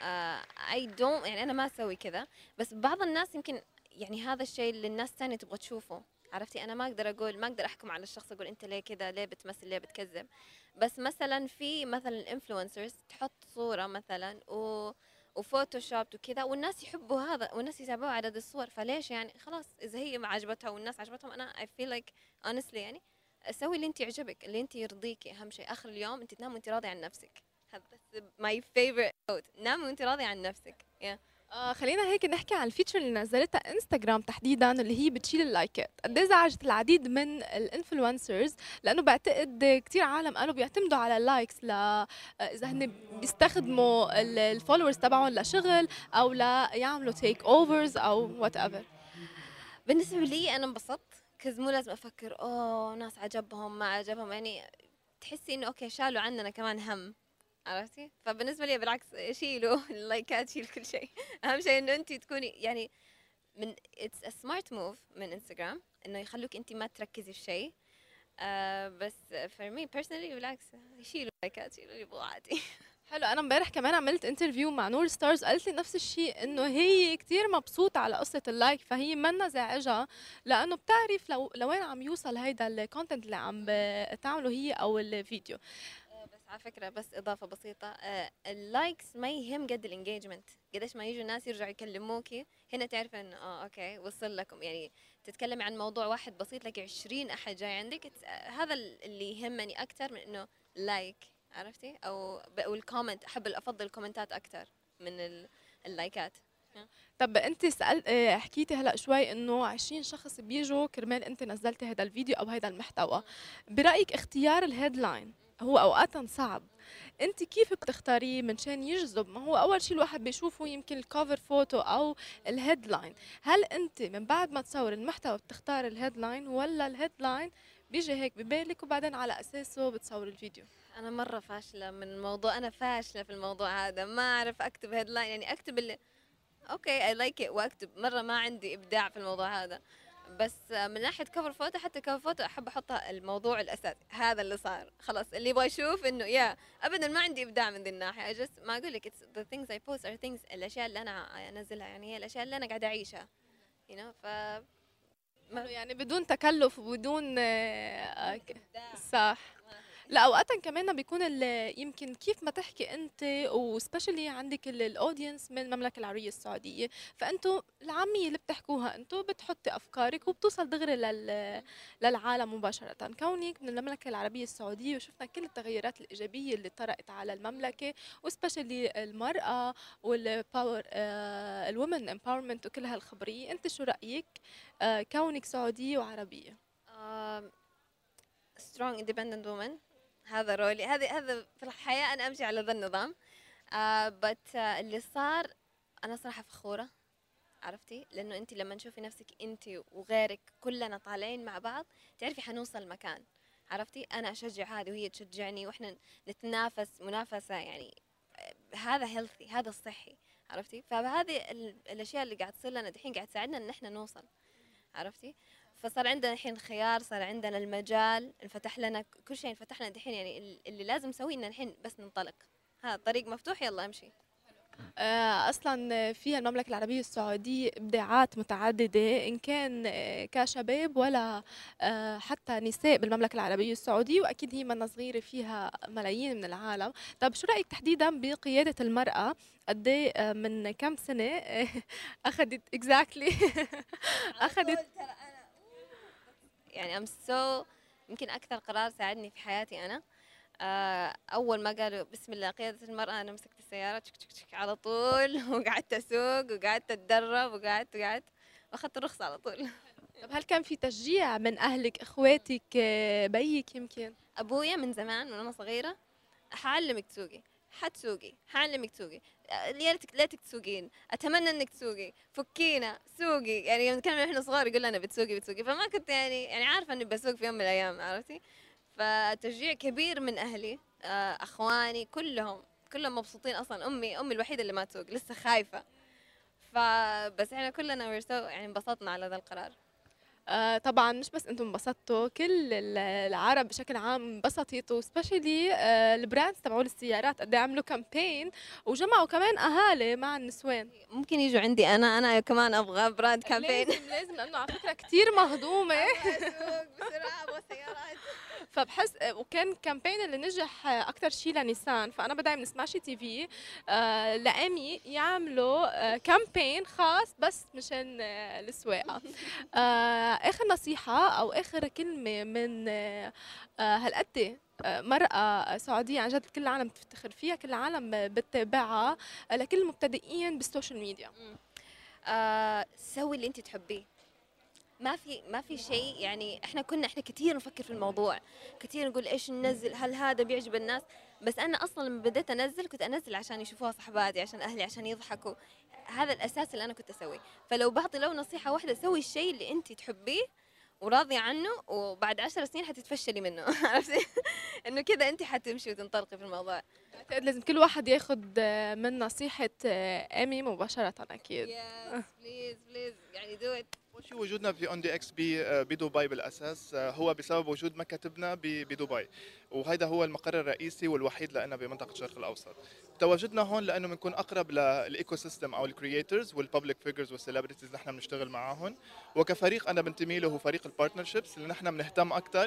اي uh, دونت يعني انا ما اسوي كذا، بس بعض الناس يمكن يعني هذا الشيء اللي الناس الثانيه تبغى تشوفه. عرفتي انا ما اقدر اقول ما اقدر احكم على الشخص اقول انت ليه كذا، ليه بتمثل، ليه بتكذب. بس مثلا في مثلا الانفلونسرز تحط صوره مثلا و وفوتوشوب وكذا والناس يحبوا هذا والناس يتابعوا عدد الصور، فليش يعني خلاص اذا هي ما عجبتها والناس عجبتهم انا I feel like honestly يعني سوي اللي انت يعجبك، اللي انت يرضيكي. اهم شيء اخر اليوم انت تنام وانت راضي عن نفسك. هذا my favorite quote، نام وانت راضي عن نفسك. yeah. آه خلينا هيك نحكي عن الفيتشر اللي نزلتها انستغرام تحديدا اللي هي بتشيل اللايكات. قد ايه زعجت العديد من الانفلونسرز، لانه بعتقد كثير عالم قالوا بيعتمدوا على اللايكس ل اذا هن بيستخدموا الفولورز تبعهم لشغل او ليعملوا تيك اوفرز او وات ايفر. بالنسبه لي انا انبسطت كز مو لازم افكر اوه ناس عجبهم ما عجبهم، يعني تحسي انه اوكي شالوا عننا كمان هم. عرفتي؟ فبالنسبه لي بالعكس شيلوا اللايكات، شيل كل شيء. اهم شيء انه انت تكوني يعني من اتس ا سمارت موف من انستغرام انه يخلوك انت ما تركزي في شيء. آه بس فور مي بيرسونالي بالعكس يشيلوا اللايكات، شيلوا اللي يبغوا عادي. حلو. انا امبارح كمان عملت انترفيو مع نور ستارز، قالت لي نفس الشيء انه هي كثير مبسوطه على قصه اللايك، فهي منا زعجها لانه بتعرف لو لوين عم يوصل هيدا الكونتنت اللي عم تعمله هي او الفيديو. بس على فكره بس اضافه بسيطه، آه اللايكس ما يهم قد الانجيجمنت، قديش ما يجوا الناس يرجعوا يكلموكي هنا تعرف انه اه اوكي وصل لكم. يعني تتكلمي عن موضوع واحد بسيط لك عشرين احد جاي عندك، آه هذا اللي يهمني اكثر من انه لايك عرفتي، او او الكومنت، احب افضل الكومنتات اكثر من ال- اللايكات. طب انت سأل اه، حكيتي هلا شوي انه عشرين شخص بيجوا كرمال انت نزلتي هذا الفيديو او هذا المحتوى، برايك اختيار الهيدلاين هو اوقاتا صعب، انت كيف بتختاريه من شان يجذب؟ ما هو اول شيء الواحد بيشوفه يمكن الكوفر فوتو او الهيدلاين، هل انت من بعد ما تصور المحتوى بتختار الهيدلاين ولا الهيدلاين بيجي هيك ببالك وبعدين على اساسه بتصور الفيديو؟ انا مره فاشله من الموضوع، انا فاشله في الموضوع هذا، ما اعرف اكتب هيدلاين، يعني اكتب اللي اوكي اي لايك ات واكتب، مره ما عندي ابداع في الموضوع هذا. بس من ناحيه كفر فوتو، حتى كفر فوتو احب احطها الموضوع الاساسي، هذا اللي صار خلاص، اللي يبغى يشوف انه يا ابدا ما عندي ابداع من ذي الناحيه. I just ما اقول لك it's the things I post are things، الاشياء اللي انا انزلها يعني هي الاشياء اللي انا قاعده اعيشها you know. ف إنه يعني بدون تكلف وبدون اه، ك- إبداع. صح. لا اوقات كمان بيكون ال- يمكن كيف ما تحكي انت وسبيشلي عندك الاودينس من المملكه العربيه السعوديه، فانتم العاميه اللي بتحكوها انتم بتحطي افكارك وبتوصل دغري لل للعالم مباشره. كونك من المملكه العربيه السعوديه وشفنا كل التغيرات الايجابيه اللي طرأت على المملكه وسبيشلي المراه والباور الومن امباورمنت وكل هالخبريه، انت شو رايك آه، كونك سعوديه وعربيه؟ um, strong independent woman، هذا رولي، هذا هذا في الحياة أنا أمشي على ذا النظام. آه بت آه اللي صار أنا صراحة فخورة، عرفتي، لأنه أنت لما تشوفي نفسك أنت وغيرك كلنا طالعين مع بعض تعرفي حنوصل مكان، عرفتي. أنا أشجع هذه وهي تشجعني وإحنا نتنافس منافسة يعني، آه، هذا هيلثي، هذا الصحي، عرفتي. فهذه ال- الأشياء اللي قاعد تصير لنا دحين قاعد تساعدنا إن إحنا نوصل، عرفتي. فصار عندنا الحين خيار، صار عندنا المجال، انفتح لنا كل شيء، انفتح لنا الحين، يعني ال- اللي لازم نسويه ان الحين بس ننطلق، ها الطريق مفتوح يلا امشي. آه، اصلا فيها المملكه العربيه السعوديه ابداعات متعدده ان كان آه، كشباب ولا آه، حتى نساء بالمملكه العربيه السعوديه، واكيد هي منة صغيره فيها ملايين من العالم. طب شو رايك تحديدا بقياده المراه؟ قد إيه، آه، من كم سنه آه، اخذت اكزاكتلي اخذت يعني ام سو يمكن اكثر قرار ساعدني في حياتي انا، آه، اول ما قالوا بسم الله قياده المراه انا مسكت السياره تشك تشك تشك على طول وقعدت اسوق وقعدت اتدرب وقعدت وقعدت واخذت الرخصه على طول. طب هل كان في تشجيع من اهلك اخواتك آه، بيك يمكن؟ ابويا من زمان وانا صغيره حعلمك تسوقي، حتسوقي، حعلمك تسوقي، آه، ليتك ليتك تسوقين، اتمنى انك تسوقي، فكينا سوقي، يعني يوم كنا احنا صغار يقول لنا بتسوقي بتسوقي، فما كنت يعني يعني عارفه اني بسوق في يوم من الايام، عرفتي. فتشجيع كبير من اهلي، آه، اخواني كلهم كلهم مبسوطين، اصلا امي امي الوحيده اللي ما تسوق لسه خايفه، فبس احنا كلنا we're so- يعني انبسطنا على ذا القرار. آه طبعا مش بس انتم انبسطتوا، كل ال- العرب بشكل عام انبسطت، وسبيشلي آه البراندز تبعوا السيارات قد إيه عملوا كامبين وجمعوا كمان اهالي مع النسوان. ممكن يجوا عندي انا انا كمان ابغى براند كامبين. لازم لازم لانه على فكره كثير مهضومه اسوق بسرعه ابغى سيارات. فبحس آه، وكان كامبين اللي نجح اكثر شيء لنيسان، فانا بدعم من سماشي تي في آه لامي يعملوا آه كامبين خاص بس مشان آه السواقه. آه اخر نصيحه او اخر كلمه من آه آه هالقد آه، مرأة سعودية عن جد كل العالم بتفتخر فيها، كل العالم بتتابعها، آه، لكل المبتدئين بالسوشيال ميديا. آه سوي اللي انت تحبيه، ما في ما في شيء، يعني احنا كنا احنا كثير نفكر في الموضوع، كثير نقول ايش ننزل، هل هذا بيعجب الناس، بس انا اصلا لما بديت انزل كنت انزل عشان يشوفوها صحباتي، عشان اهلي، عشان يضحكوا، هذا الاساس اللي انا كنت اسويه. فلو بعطي لو نصيحه واحده، سوي الشيء اللي انت تحبيه وراضية عنه، وبعد عشر سنين حتتفشلي منه. عرفتي انه كذا انت حتمشي وتنطلقي في الموضوع. اعتقد لازم كل واحد ياخذ آه، من نصيحة آه، ايمي مباشرة اكيد. يس بليز بليز يعني دو ات. أول شيء وجودنا في اون دي اكس بي بدبي بالاساس آه، هو بسبب وجود مكاتبنا ب- بدبي، وهذا هو المقر الرئيسي والوحيد لنا بمنطقه الشرق الاوسط. تواجدنا هون لانه بنكون اقرب للايكو سيستم او الكرييترز والببليك فيجرز والسيلبرتيز اللي نحن بنشتغل معاهم، وكفريق انا بنتمي له هو فريق البارتنرشيبس اللي نحن بنهتم اكثر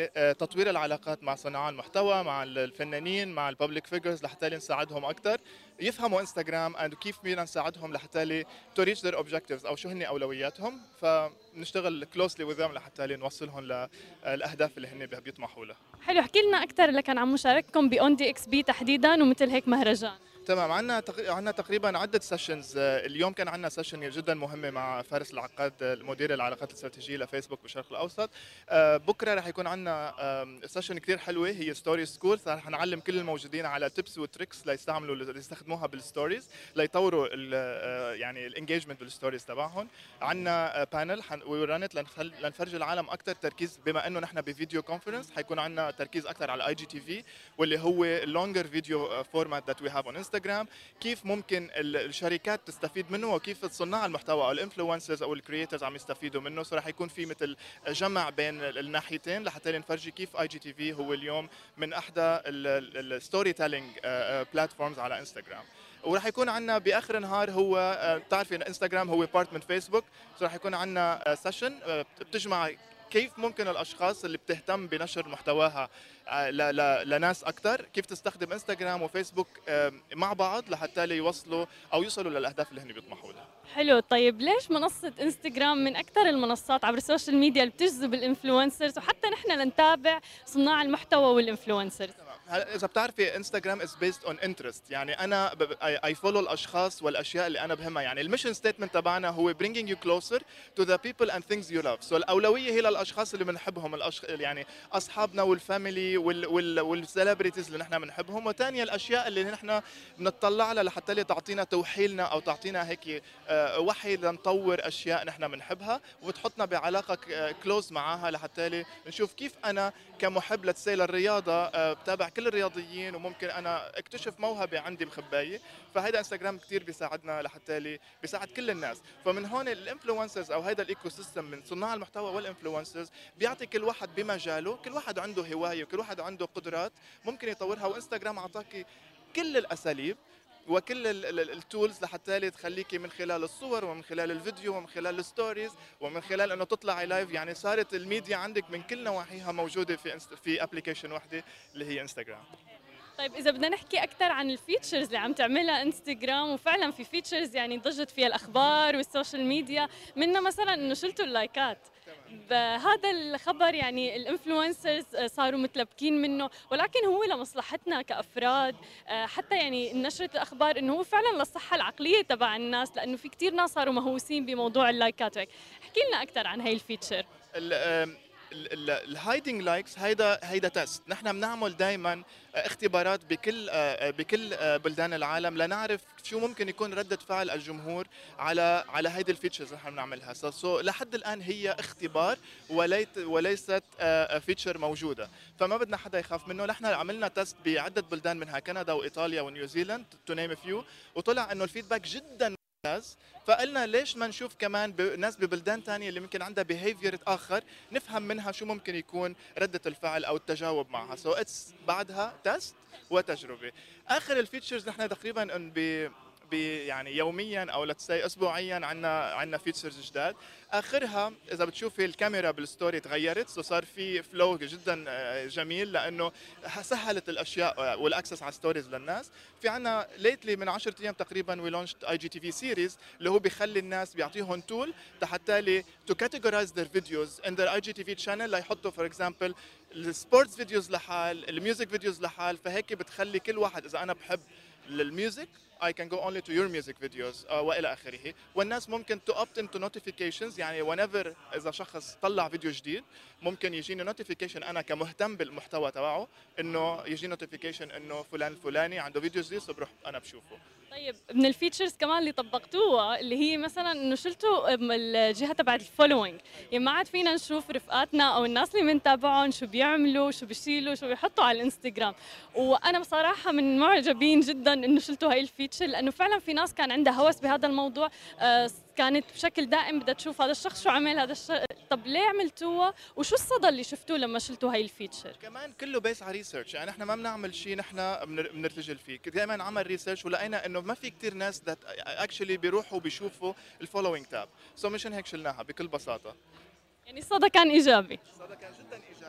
بتطوير العلاقات مع صناع المحتوى، مع الفنانين، مع الببليك فيجرز، لحتى نساعدهم اكثر يفهموا انستغرام and كيف فينا نساعدهم لحتى to reach their objectives او شو هن اولوياتهم، فنشتغل closely with them لحتى نوصلهم للاهداف اللي هن بيطمحوا لها. حلو، احكي لنا اكثر لكن عن مشاركتكم باون دي اكس بي تحديدا ومثل هيك مهرجان. تمام، عندنا تق... عندنا تقريبا عده سيشنز. اليوم كان عندنا سيشن جدا مهمه مع فارس العقاد مدير العلاقات الاستراتيجيه لفيسبوك بالشرق الاوسط. بكره رح يكون عندنا سيشن كثير حلوه هي ستوري سكول، رح نعلم كل الموجودين على تيبس وتريكس ليستعملوا ليستخدموها بالستوريز ليطوروا يعني الانجيجمنت بالستوريز تبعهم. عندنا بانل ورانت لنفرج العالم اكثر تركيز، بما انه نحن بفيديو كونفرنس حيكون عندنا تركيز اكثر على اي جي تي في واللي هو اللونجر فيديو فورمات ذات وي هاف اون انستغرام، كيف ممكن الشركات تستفيد منه وكيف صناع المحتوى او الانفلونسرز او الكرييترز عم يستفيدوا منه. سو رح يكون في مثل جمع بين الناحيتين لحتى نفرجي كيف اي جي تي في هو اليوم من احدى الستوري تيلينج بلاتفورمز على انستغرام. وراح يكون عندنا باخر النهار هو بتعرفي انستغرام هو بارت من فيسبوك، سو رح يكون عندنا سيشن بتجمع كيف ممكن الاشخاص اللي بتهتم بنشر محتواها لناس اكثر كيف تستخدم انستغرام وفيسبوك مع بعض لحتى يوصلوا او يوصلوا للاهداف اللي هن بيطمحوا لها. حلو، طيب ليش منصة انستغرام من أكثر المنصات عبر السوشيال ميديا اللي بتجذب الانفلونسرز وحتى نحن لنتابع صناع المحتوى والانفلونسرز؟ اذا بتعرفي انستغرام از بيست اون انترست، يعني انا اي فولو الاشخاص والاشياء اللي انا بهمها. يعني الميشن ستيتمنت تبعنا هو bringing you closer to the people and things you love. سو so الاولويه هي للاشخاص اللي بنحبهم، الأش... يعني اصحابنا والفاميلي وال وال والسليبرتيز اللي نحن بنحبهم، وثانيا الاشياء اللي نحن بنطلع لها لحتى تعطينا توحيلنا او تعطينا هيك وحي لنطور اشياء نحن بنحبها وبتحطنا بعلاقه كلوز معاها لحتى نشوف كيف انا كمحب لتسي للرياضه بتابع كل الرياضيين وممكن انا اكتشف موهبه عندي مخبايه. فهيدا انستغرام كثير بيساعدنا لحتى بيساعد كل الناس. فمن هون الانفلونسرز او هيدا الايكو سيستم من صناع المحتوى والانفلونسرز بيعطي كل واحد بمجاله، كل واحد عنده هوايه وكل واحد عنده قدرات ممكن يطورها، وانستغرام اعطاكي كل الاساليب وكل التولز لحتى تخليكي من خلال الصور ومن خلال الفيديو ومن خلال الستوريز ومن خلال انه تطلعي لايف. يعني صارت الميديا عندك من كل نواحيها موجوده في في ابلكيشن وحده اللي هي انستغرام. طيب إذا بدنا نحكي أكثر عن الفيتشرز اللي عم تعملها انستغرام، وفعلا في فيتشرز يعني ضجت فيها الأخبار والسوشيال ميديا، منها مثلا إنه شلتوا اللايكات. بهذا الخبر يعني الانفلونسرز صاروا متلبكين منه، ولكن هو لمصلحتنا كأفراد، حتى يعني نشرة الأخبار إنه هو فعلا للصحة العقلية تبع الناس، لأنه في كتير ناس صاروا مهووسين بموضوع اللايكات وهيك. احكي لنا أكثر عن هاي الفيتشر. الهايدنج لايكس هيدا هيدا تيست. نحن بنعمل دائما اختبارات بكل بكل بلدان العالم لنعرف شو ممكن يكون ردة فعل الجمهور على على هيدي الفيتشرز اللي نحن بنعملها. سو لحد الان هي اختبار وليت وليست فيتشر موجوده، فما بدنا حدا يخاف منه. نحن عملنا تيست بعده بلدان منها كندا وايطاليا ونيوزيلاند تو نيم فيو، وطلع انه الفيدباك جدا ممتاز. فقلنا ليش ما نشوف كمان ناس ببلدان ثانيه اللي ممكن عندها بيهيفير اخر نفهم منها شو ممكن يكون رده الفعل او التجاوب معها. سو so اتس بعدها تيست وتجربه. اخر الفيتشرز نحن تقريبا ب يعني يوميا او لتسي اسبوعيا عندنا عندنا فيتشرز جداد. اخرها اذا بتشوفي الكاميرا بالستوري تغيرت، سو صار في فلو جدا جميل لانه سهلت الاشياء والاكسس على ستوريز للناس. في عندنا ليتلي من عشرة ايام تقريبا وي لونشت اي جي تي في سيريز اللي هو بيخلي الناس بيعطيهم تول حتى تو كاتيجورايز ذير فيديوز ان ذير اي جي تي في شانل، ليحطوا فور اكزامبل السبورتس فيديوز لحال، الميوزك فيديوز لحال. فهيك بتخلي كل واحد اذا انا بحب الميوزك I can go only to your music videos uh, والى اخره. والناس ممكن to opt into notifications، يعني whenever اذا شخص طلع فيديو جديد ممكن يجيني notification انا كمهتم بالمحتوى تبعه انه يجي notification انه فلان الفلاني عنده فيديو جديد، بروح انا بشوفه. طيب من الفيتشرز كمان اللي طبقتوها اللي هي مثلا انه شلتوا الجهه تبعت الفولوينج، يعني ما عاد فينا نشوف رفقاتنا او الناس اللي بنتابعهم شو بيعملوا شو بيشيلوا شو بيحطوا على الانستغرام. وانا بصراحه من معجبين جدا انه شلتوا هاي الفيتشر، لانه فعلا في ناس كان عندها هوس بهذا الموضوع، آه كانت بشكل دائم بدها تشوف هذا الشخص شو عمل هذا الشخص. طب ليه عملتوها وشو الصدى اللي شفتوه لما شلتوا هاي الفيتشر؟ كمان كله بيس على ريسيرش، يعني احنا ما بنعمل شيء نحن بنرتجل فيه، دائما عمل ريسيرش ولقينا انه ما في كثير ناس ذات اكشلي بيروحوا بيشوفوا الفولوينج تاب، سو مشان هيك شلناها بكل بساطه. يعني الصدى كان ايجابي. الصدى كان جدا ايجابي.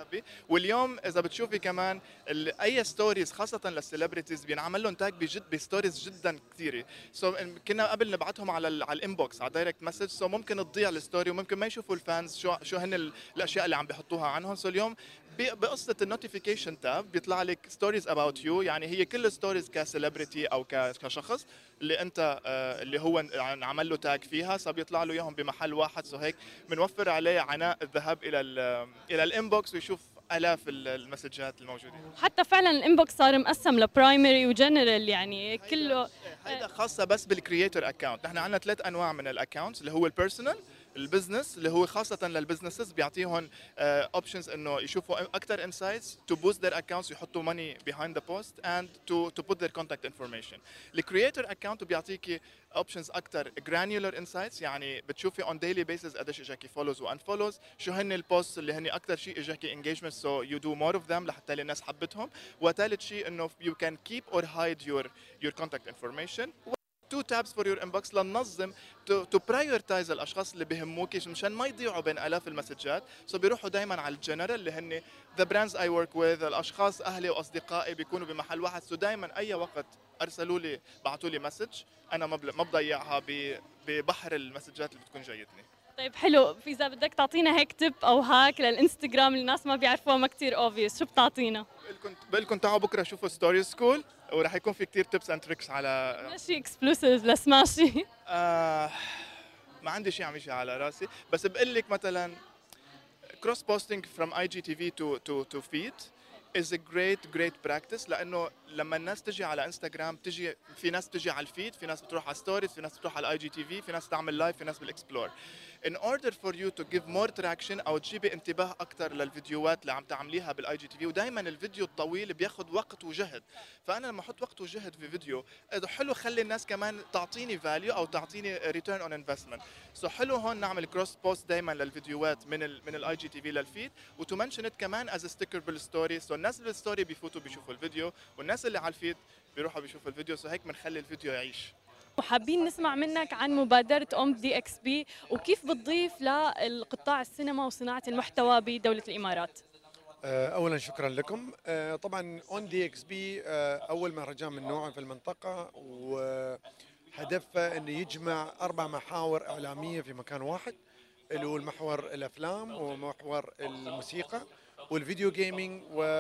ذهبي. واليوم اذا بتشوفي كمان اي ستوريز خاصه للسليبرتيز بينعمل لهم تاج بجد بستوريز جدا كثيره. سو so, كنا قبل نبعثهم على ال على الانبوكس على دايركت مسج، سو so, ممكن تضيع الستوري وممكن ما يشوفوا الفانز شو شو هن الاشياء اللي عم بيحطوها عنهم. سو so, اليوم بقصه النوتيفيكيشن تاب بيطلع لك ستوريز اباوت يو، يعني هي كل ستوريز كسليبرتي او كشخص اللي انت آه اللي هو عمل له تاج فيها، صار بيطلع له اياهم بمحل واحد. سو so, هيك بنوفر عليه عناء الذهاب الى الى الانبوكس ويشوف الاف المسجات الموجوده. حتى فعلا الانبوكس صار مقسم لبرايمري وجنرال، يعني كله هيدا خاصه بس بالكرييتور اكونت. نحن عندنا ثلاث انواع من الاكونتس، اللي هو البيرسونال، البزنس اللي هو خاصه للبزنسز بيعطيهم اوبشنز uh, انه يشوفوا اكثر انسايتس تو بوست ذير اكونتس ويحطوا ماني بيهايند ذا بوست اند تو تو بوت ذير كونتاكت انفورميشن. الكرييتور اكونت بيعطيكي اوبشنز اكثر جرانيولر انسايتس، يعني بتشوفي اون ديلي بيسز قديش اجاكي فولوز وان فولوز، شو هن البوست اللي هن اكثر شيء اجاكي انجيجمنت، سو يو دو مور اوف ذم لحتى الناس حبتهم. وثالث شيء انه يو كان كيب اور هايد يور يور كونتاكت انفورميشن. تو تابس فور يور انبوكس لننظم تو برايورتايز الاشخاص اللي بهموك مشان ما يضيعوا بين الاف المسجات. سو so بيروحوا دائما على الجنرال اللي هن ذا براندز اي ورك وذ، الاشخاص اهلي واصدقائي بيكونوا بمحل واحد. سو so دائما اي وقت ارسلوا لي بعثوا لي مسج انا ما ما بضيعها ببحر المسجات اللي بتكون جايتني. طيب حلو، اذا بدك تعطينا هيك تip او هاك للانستغرام اللي الناس ما بيعرفوها ما كثير اوبفيس، شو بتعطينا؟ بقول لكم تعالوا بكره شوفوا ستوري سكول وراح يكون في كثير تيبس اند تريكس على ماشي اكسكلوسيف لسماشي. آه ما عندي شيء عم يجي على راسي، بس بقول لك مثلا cross posting from I G T V to to to feed is a great great practice، لانه لما الناس تجي على انستغرام تجي في ناس تجي على الفيد، في ناس بتروح على ستوريز، في ناس بتروح على اي جي تي في، في ناس تعمل لايف، في ناس بالاكسبلور. in order for you to give more traction او تجيبي انتباه اكثر للفيديوهات اللي عم تعمليها بالاي جي تي في، ودائما الفيديو الطويل بياخذ وقت وجهد، فانا لما احط وقت وجهد في فيديو حلو خلي الناس كمان تعطيني فاليو او تعطيني ريتيرن اون انفستمنت. سو حلو هون نعمل كروس بوست دائما للفيديوهات من ال من الاي جي تي في للفيد، وتو منشن ات كمان از ستيكر بالستوري. سو الناس اللي بالستوري بيفوتوا بيشوفوا الفيديو، والناس اللي على الفيد بيروحوا بيشوفوا الفيديو. سو هيك بنخلي الفيديو يعيش. وحابين نسمع منك عن مبادرة أم دي إكس بي وكيف بتضيف للقطاع السينما وصناعة المحتوى بدولة الإمارات. اولا شكرا لكم. طبعا اون دي اكس بي اول مهرجان من نوعه في المنطقه، وهدفه انه يجمع اربع محاور اعلاميه في مكان واحد، اللي هو المحور الافلام ومحور الموسيقى والفيديو جيمنج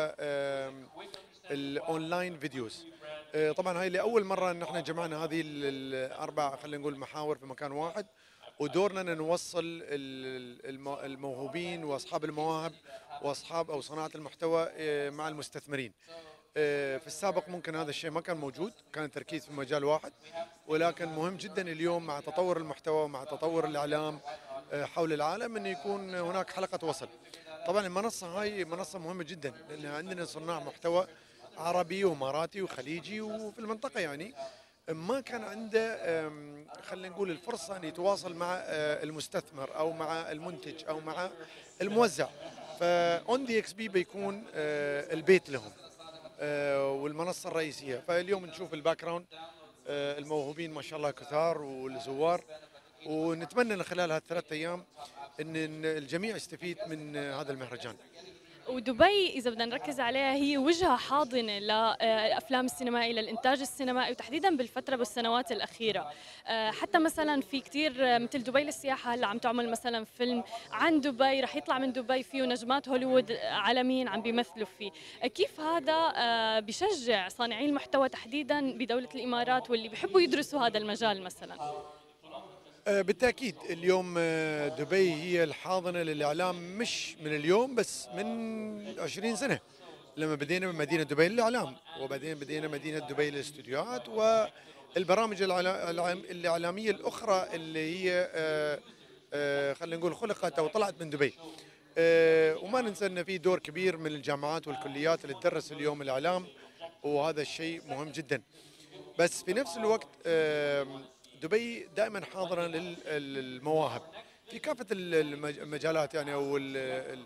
والاونلاين فيديوز. طبعا هاي لاول مره ان احنا جمعنا هذه الاربع خلينا نقول محاور في مكان واحد، ودورنا ان نوصل الموهوبين واصحاب المواهب واصحاب او صناعه المحتوى مع المستثمرين. في السابق ممكن هذا الشيء ما كان موجود، كان التركيز في مجال واحد، ولكن مهم جدا اليوم مع تطور المحتوى ومع تطور الاعلام حول العالم انه يكون هناك حلقه وصل. طبعا المنصه هاي منصه مهمه جدا، لان عندنا صناع محتوى عربي واماراتي وخليجي وفي المنطقه، يعني ما كان عنده خلينا نقول الفرصه ان يتواصل مع المستثمر او مع المنتج او مع الموزع. فاون دي اكس بي بيكون البيت لهم والمنصه الرئيسيه. فاليوم نشوف الباك جراوند الموهوبين ما شاء الله كثار والزوار، ونتمنى خلال هالثلاث ايام ان الجميع يستفيد من هذا المهرجان. ودبي إذا بدنا نركز عليها هي وجهة حاضنة للأفلام السينمائية، للإنتاج السينمائي، وتحديدا بالفترة بالسنوات الأخيرة. حتى مثلا في كثير مثل دبي للسياحة هلا عم تعمل مثلا فيلم عن دبي، رح يطلع من دبي فيه نجمات هوليوود عالميين عم بيمثلوا فيه. كيف هذا بشجع صانعي المحتوى تحديدا بدولة الإمارات واللي بيحبوا يدرسوا هذا المجال مثلا؟ بالتأكيد اليوم دبي هي الحاضنة للإعلام، مش من اليوم بس من عشرين سنة، لما بدينا من مدينة دبي للإعلام، وبعدين بدينا مدينة دبي للاستوديوهات والبرامج الإعلامية الأخرى اللي هي خلينا نقول خلقت أو طلعت من دبي. وما ننسى أن في دور كبير من الجامعات والكليات اللي تدرس اليوم الإعلام، وهذا الشيء مهم جدا. بس في نفس الوقت دبي دائما حاضرة للمواهب في كافة المجالات، يعني او ال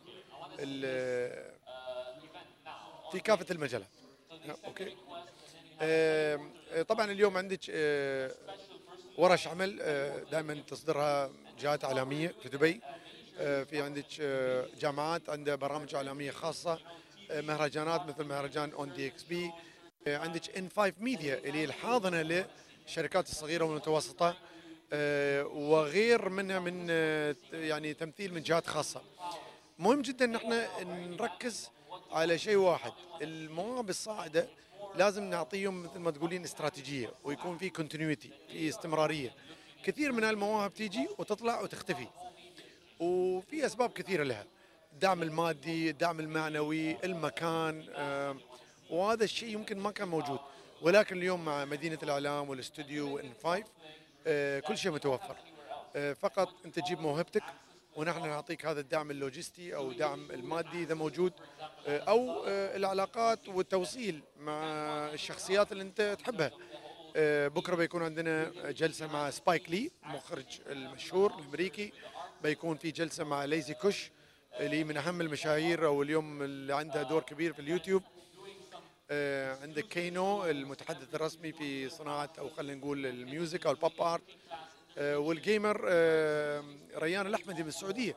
ال في كافة المجالات. اوكي. طبعا اليوم عندك ورش عمل دائما تصدرها جهات اعلامية في دبي، في عندك جامعات عندها برامج اعلاميه خاصه، مهرجانات مثل مهرجان اون دي اكس بي، عندك ان خمسة ميديا اللي هي الحاضنه للشركات الصغيره والمتوسطه، وغير منها من يعني تمثيل من جهات خاصه. مهم جدا ان احنا نركز على شيء واحد، المواهب الصاعده لازم نعطيهم مثل ما تقولين استراتيجيه، ويكون في كونتينيوتي، في استمراريه. كثير من المواهب تيجي وتطلع وتختفي، وفي اسباب كثيره لها، الدعم المادي، الدعم المعنوي، المكان، آه وهذا الشيء يمكن ما كان موجود، ولكن اليوم مع مدينه الاعلام والاستوديو وان خمسة آه كل شيء متوفر. آه فقط انت تجيب موهبتك ونحن نعطيك هذا الدعم اللوجستي او الدعم المادي اذا موجود، آه او آه العلاقات والتوصيل مع الشخصيات اللي انت تحبها. آه بكره بيكون عندنا جلسه مع سبايك لي المخرج المشهور الامريكي، بيكون في جلسه مع ليزي كوش اللي من اهم المشاهير او اليوم اللي عندها دور كبير في اليوتيوب. آه عندك كينو المتحدث الرسمي في صناعه او خلينا نقول الميوزك او البوب ارت، آه والجيمر آه ريان الاحمدي من السعوديه.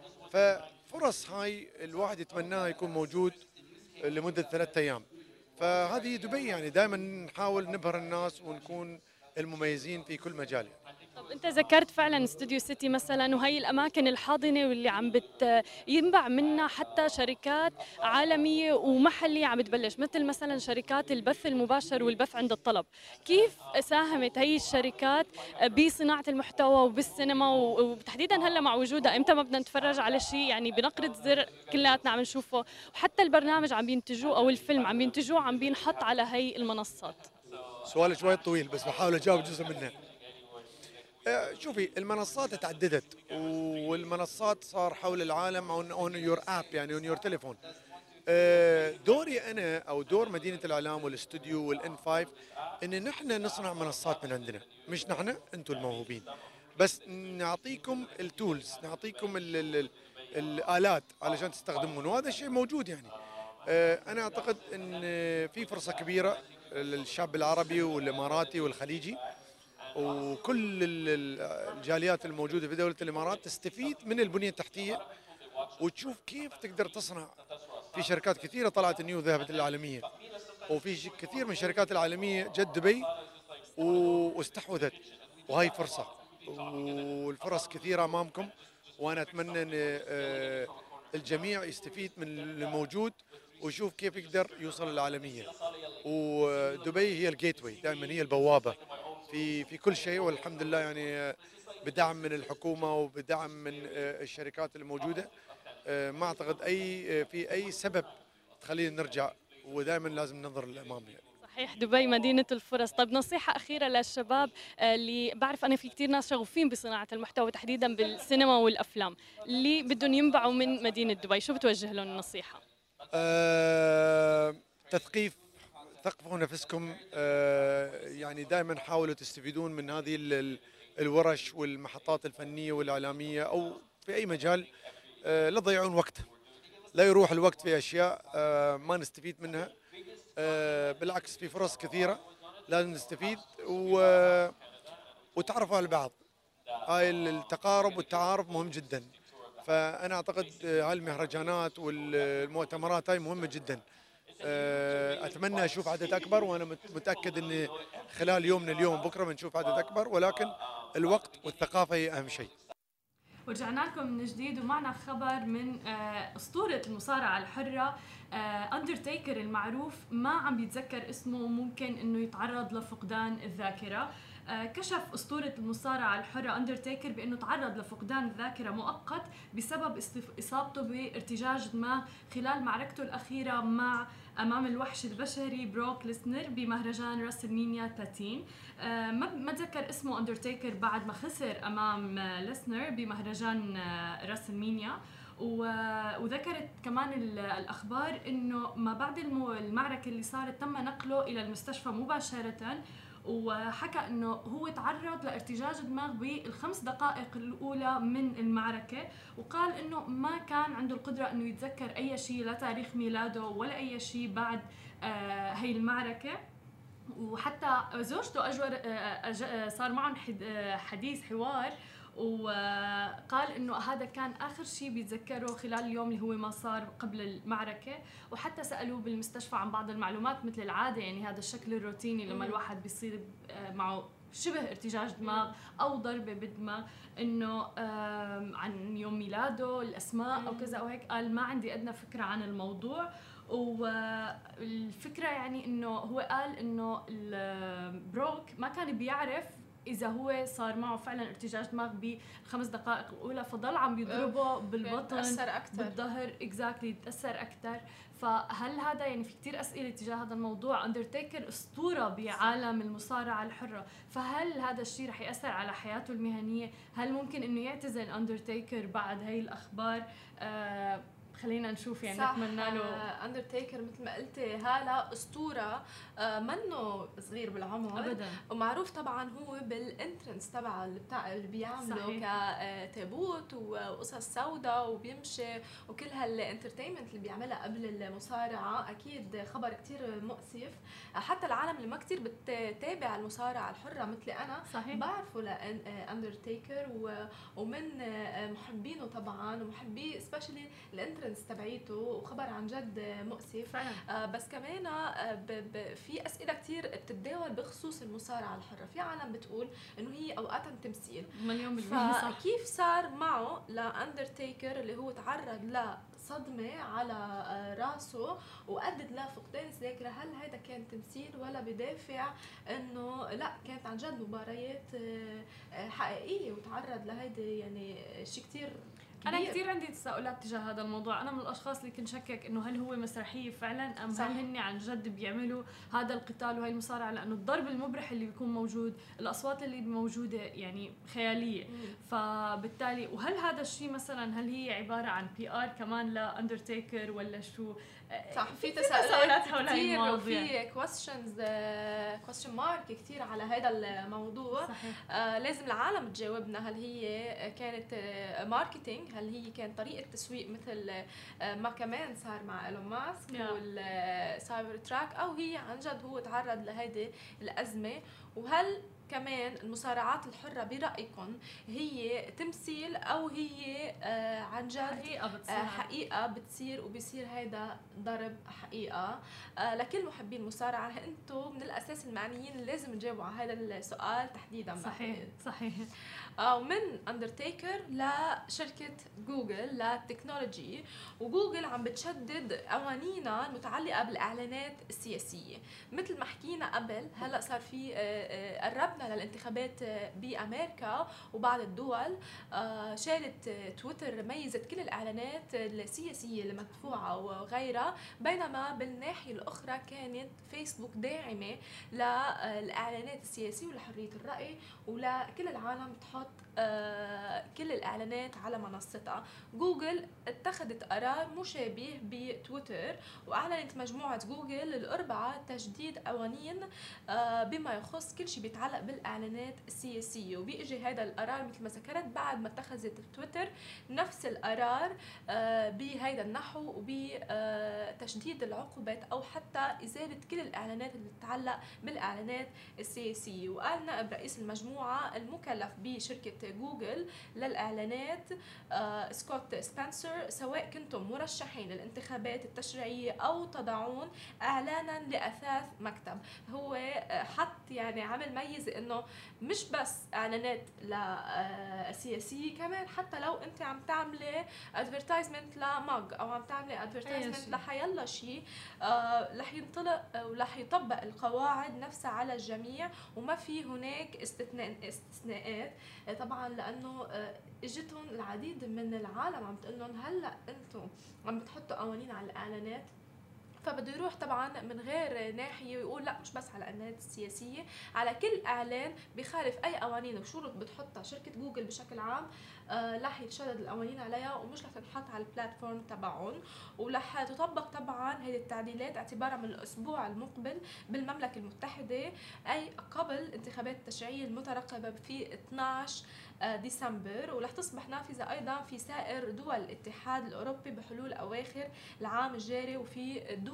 ففرص هاي الواحد يتمناها يكون موجود لمده ثلاثة ايام. فهذه دبي، يعني دائما نحاول نبهر الناس ونكون المميزين في كل مجال. طب انت ذكرت فعلا استوديو سيتي مثلا، وهي الاماكن الحاضنه واللي عم بت ينبع منها حتى شركات عالميه ومحليه عم بتبلش، مثل مثلا شركات البث المباشر والبث عند الطلب. كيف ساهمت هي الشركات بصناعه المحتوى وبالسينما، وتحديدا هلا مع وجودها امتى ما بدنا نتفرج على شيء يعني بنقره زر كلياتنا عم نشوفه، وحتى البرنامج عم بينتجوه او الفيلم عم بينتجوه عم بينحط على هي المنصات؟ سؤال شوي طويل بس بحاول اجاوب جزء منه. شوفي، المنصات تعددت والمنصات صار حول العالم اون يور اب، يعني اون يور تليفون. دوري انا او دور مدينه الاعلام والاستوديو والان خمسة ان نحن نصنع منصات من عندنا، مش نحن، انتم الموهوبين، بس نعطيكم التولز، نعطيكم ال ال الالات علشان تستخدمون، وهذا الشيء موجود. يعني انا اعتقد ان في فرصه كبيره للشعب العربي والاماراتي والخليجي وكل الجاليات الموجوده في دوله الامارات تستفيد من البنيه التحتيه وتشوف كيف تقدر تصنع. في شركات كثيره طلعت النيو ذهبت للعالميه، وفي كثير من الشركات العالميه جت دبي واستحوذت، وهي فرصه، والفرص كثيره امامكم، وانا اتمنى ان الجميع يستفيد من الموجود ويشوف كيف يقدر يوصل للعالميه. ودبي هي الجيت واي، دائما هي البوابه في في كل شيء، والحمد لله يعني بدعم من الحكومه وبدعم من الشركات الموجوده. ما اعتقد اي في اي سبب تخلينا نرجع، ودائما لازم ننظر للامام. يعني صحيح، دبي مدينة الفرص. طيب نصيحة أخيرة للشباب اللي بعرف أنا في كتير ناس شغوفين بصناعة المحتوى تحديدا بالسينما والأفلام اللي بدهم ينبعوا من مدينة دبي، شو بتوجه لهم النصيحة؟ أه تثقيف، ثقفوا نفسكم، أه يعني دائما حاولوا تستفيدون من هذه الورش والمحطات الفنية والإعلامية أو في أي مجال. أه لا تضيعون وقت، لا يروح الوقت في أشياء أه ما نستفيد منها. أه بالعكس في فرص كثيرة لازم نستفيد و... وتعرفوا على بعض. هاي التقارب والتعارف مهم جدا. فأنا أعتقد هاي المهرجانات والمؤتمرات هاي مهمة جدا. أتمنى أشوف عدد أكبر، وأنا متأكد أن خلال يومنا اليوم بكرة بنشوف عدد أكبر، ولكن الوقت والثقافة هي أهم شيء. ورجعنا لكم من جديد ومعنا خبر من أسطورة المصارعة الحرة أندرتيكر المعروف، ما عم بيتذكر اسمه وممكن أنه يتعرض لفقدان الذاكرة. كشف أسطورة المصارعة الحرة أندرتيكر بأنه تعرض لفقدان الذاكرة مؤقت بسبب إصابته بارتجاج دماغ خلال معركته الأخيرة مع أمام الوحش البشري بروك ليسنر بمهرجان راسلمانيا ثلاثين. ما تذكر اسمه أندرتيكر بعد ما خسر أمام ليسنر بمهرجان راسلمانيا. وذكرت كمان الأخبار أنه ما بعد المعركة اللي صارت تم نقله إلى المستشفى مباشرة، وحكى انه هو تعرض لارتجاج دماغ بالخمس دقائق الاولى من المعركه، وقال انه ما كان عنده القدره انه يتذكر اي شيء، لا تاريخ ميلاده ولا اي شيء بعد آه هي المعركه. وحتى زوجته اجور آه صار معهم حديث حوار، وقال انه هذا كان اخر شيء بيتذكره خلال اليوم اللي هو ما صار قبل المعركه. وحتى سالوه بالمستشفى عن بعض المعلومات مثل العاده، يعني هذا الشكل الروتيني لما الواحد بيصير معه شبه ارتجاج دماغ او ضربه بالدماغ، انه عن يوم ميلاده، الاسماء او كذا او هيك. قال ما عندي ادنى فكره عن الموضوع. والفكره يعني انه هو قال انه بروك ما كان بيعرف اذا هو صار معه فعلا ارتجاج دماغ بالخمس دقائق الاولى، فضل عم بيضربه بالبطن بالظهر اكزاكتلي تاثر اكثر. فهل هذا يعني في كتير اسئله تجاه هذا الموضوع. اندرتيكر اسطوره بعالم المصارعه الحره، فهل هذا الشيء رح ياثر على حياته المهنيه؟ هل ممكن انه يعتزل اندرتيكر بعد هاي الاخبار؟ آه خلينا نشوف يعني. نتمنى له. اندرتيكر مثل ما قلتي هلا اسطوره، آه منه صغير بالعمر ابدا، ومعروف طبعا هو بالانترنس تبعه اللي بتاع اللي بيعمله كتابوت وقصص سوداء وبيمشي وكل هالانترتينمنت اللي بيعملها قبل المصارعه. اكيد خبر كتير مؤسف. حتى العالم اللي ما كتير بتتابع المصارعه الحره مثلي انا صحيح بعرفوا لاندرتيكر ومن محبينه طبعا ومحبي سبيشلي الانترنس تبعيته، وخبر عن جد مؤسف فعلا. آه بس كمان آه ب ب في اسئله كثير بتتداول بخصوص المصارعه الحره. في عالم بتقول انه هي اوقاتها تمثيل مليون بالمية صح. كيف صار معه لاندرتيكر اللي هو تعرض لصدمه على آه راسه وادت لفقدان الذاكره؟ هل هذا كان تمثيل ولا بدافع انه لا كانت عن جد مباريات آه حقيقيه وتعرض لهيدي يعني شيء كثير أنا كثير عندي تساؤلات تجاه هذا الموضوع. أنا من الأشخاص اللي كنت شكك إنه هل هو مسرحية فعلاً أم صح. هل هن عن جد بيعملوا هذا القتال وهي المصارعة؟ لأنه الضرب المبرح اللي بيكون موجود، الأصوات اللي موجودة يعني خيالية. مم. فبالتالي وهل هذا الشيء مثلاً هل هي عبارة عن بي آر كمان لأندرتيكر ولا شو؟ صح. في تساؤلات حول هاي المواضيع وفي كويستشنز كويستشن مارك كثير على هذا الموضوع. آه لازم العالم تجاوبنا. هل هي كانت ماركتينج؟ هل هي كانت طريقه تسويق مثل آه ما كمان صار مع إيلون ماسك yeah. والسايبر تراك، او هي عن جد هو تعرض لهيدي الازمه؟ وهل كمان المصارعات الحرة برأيكم هي تمثيل أو هي آه عن جد حقيقة بتصير, آه حقيقة بتصير وبيصير هيدا ضرب حقيقة؟ آه لكل محبين المصارعة أنتم من الأساس المعنيين لازم تجاوبوا على هذا السؤال تحديدا. صحيح صحيح. آه ومن أندرتيكر لشركة جوجل للتكنولوجي، وجوجل عم بتشدد قوانينها المتعلقة بالإعلانات السياسية. مثل ما حكينا قبل هلأ صار في قربنا للانتخابات بأمريكا وبعض الدول. شالت تويتر ميزت كل الإعلانات السياسية المدفوعة وغيرها، بينما بالناحية الأخرى كانت فيسبوك داعمة للإعلانات السياسية ولحرية الرأي ولكل العالم تحط آه كل الإعلانات على منصتها. جوجل اتخذت قرار مشابه بتويتر، وأعلنت مجموعة جوجل الأربعاء تجديد قوانين آه بما يخص كل شيء بيتعلق بالإعلانات السياسية. وبيجي هذا القرار مثل ما ذكرت بعد ما اتخذت تويتر نفس القرار آه بهذا النحو وبتشديد العقوبات أو حتى إزالة كل الإعلانات اللي تتعلق بالإعلانات السياسية. وقال نائب رئيس المجموعة المكلف بشركة جوجل للإعلانات آه سكوت سبنسر: سواء كنتم مرشحين للانتخابات التشريعية أو تضعون إعلانا لأثاث مكتب. هو آه حط يعني عمل ميز إنه مش بس إعلانات لسياسية، كمان حتى لو أنت عم تعملي advertisement لمج أو عم تعملي advertisement لحيلا شيء آه رح ينطلق ورح يطبق القواعد نفسها على الجميع، وما في هناك استثناء استثناءات. طبعا لانه اجتهم العديد من العالم عم تقول لهم هلا انتم عم بتحطوا قوانين على الاعلانات، فبده يروح طبعا من غير ناحيه ويقول لا مش بس على الاعلانات السياسيه، على كل اعلان بخالف اي قوانين وشروط بتحطها شركه جوجل بشكل عام آه رح يتشدد القوانين عليها ومش رح تنحط على البلاتفورم تبعهم. ورح تطبق طبعا هذه التعديلات اعتبارا من الاسبوع المقبل بالمملكه المتحده، اي قبل انتخابات التشريعيه المترقبه في اثنعش ديسمبر، ورح تصبح نافذة أيضا في سائر دول الاتحاد الأوروبي بحلول أواخر العام الجاري. وفي الدول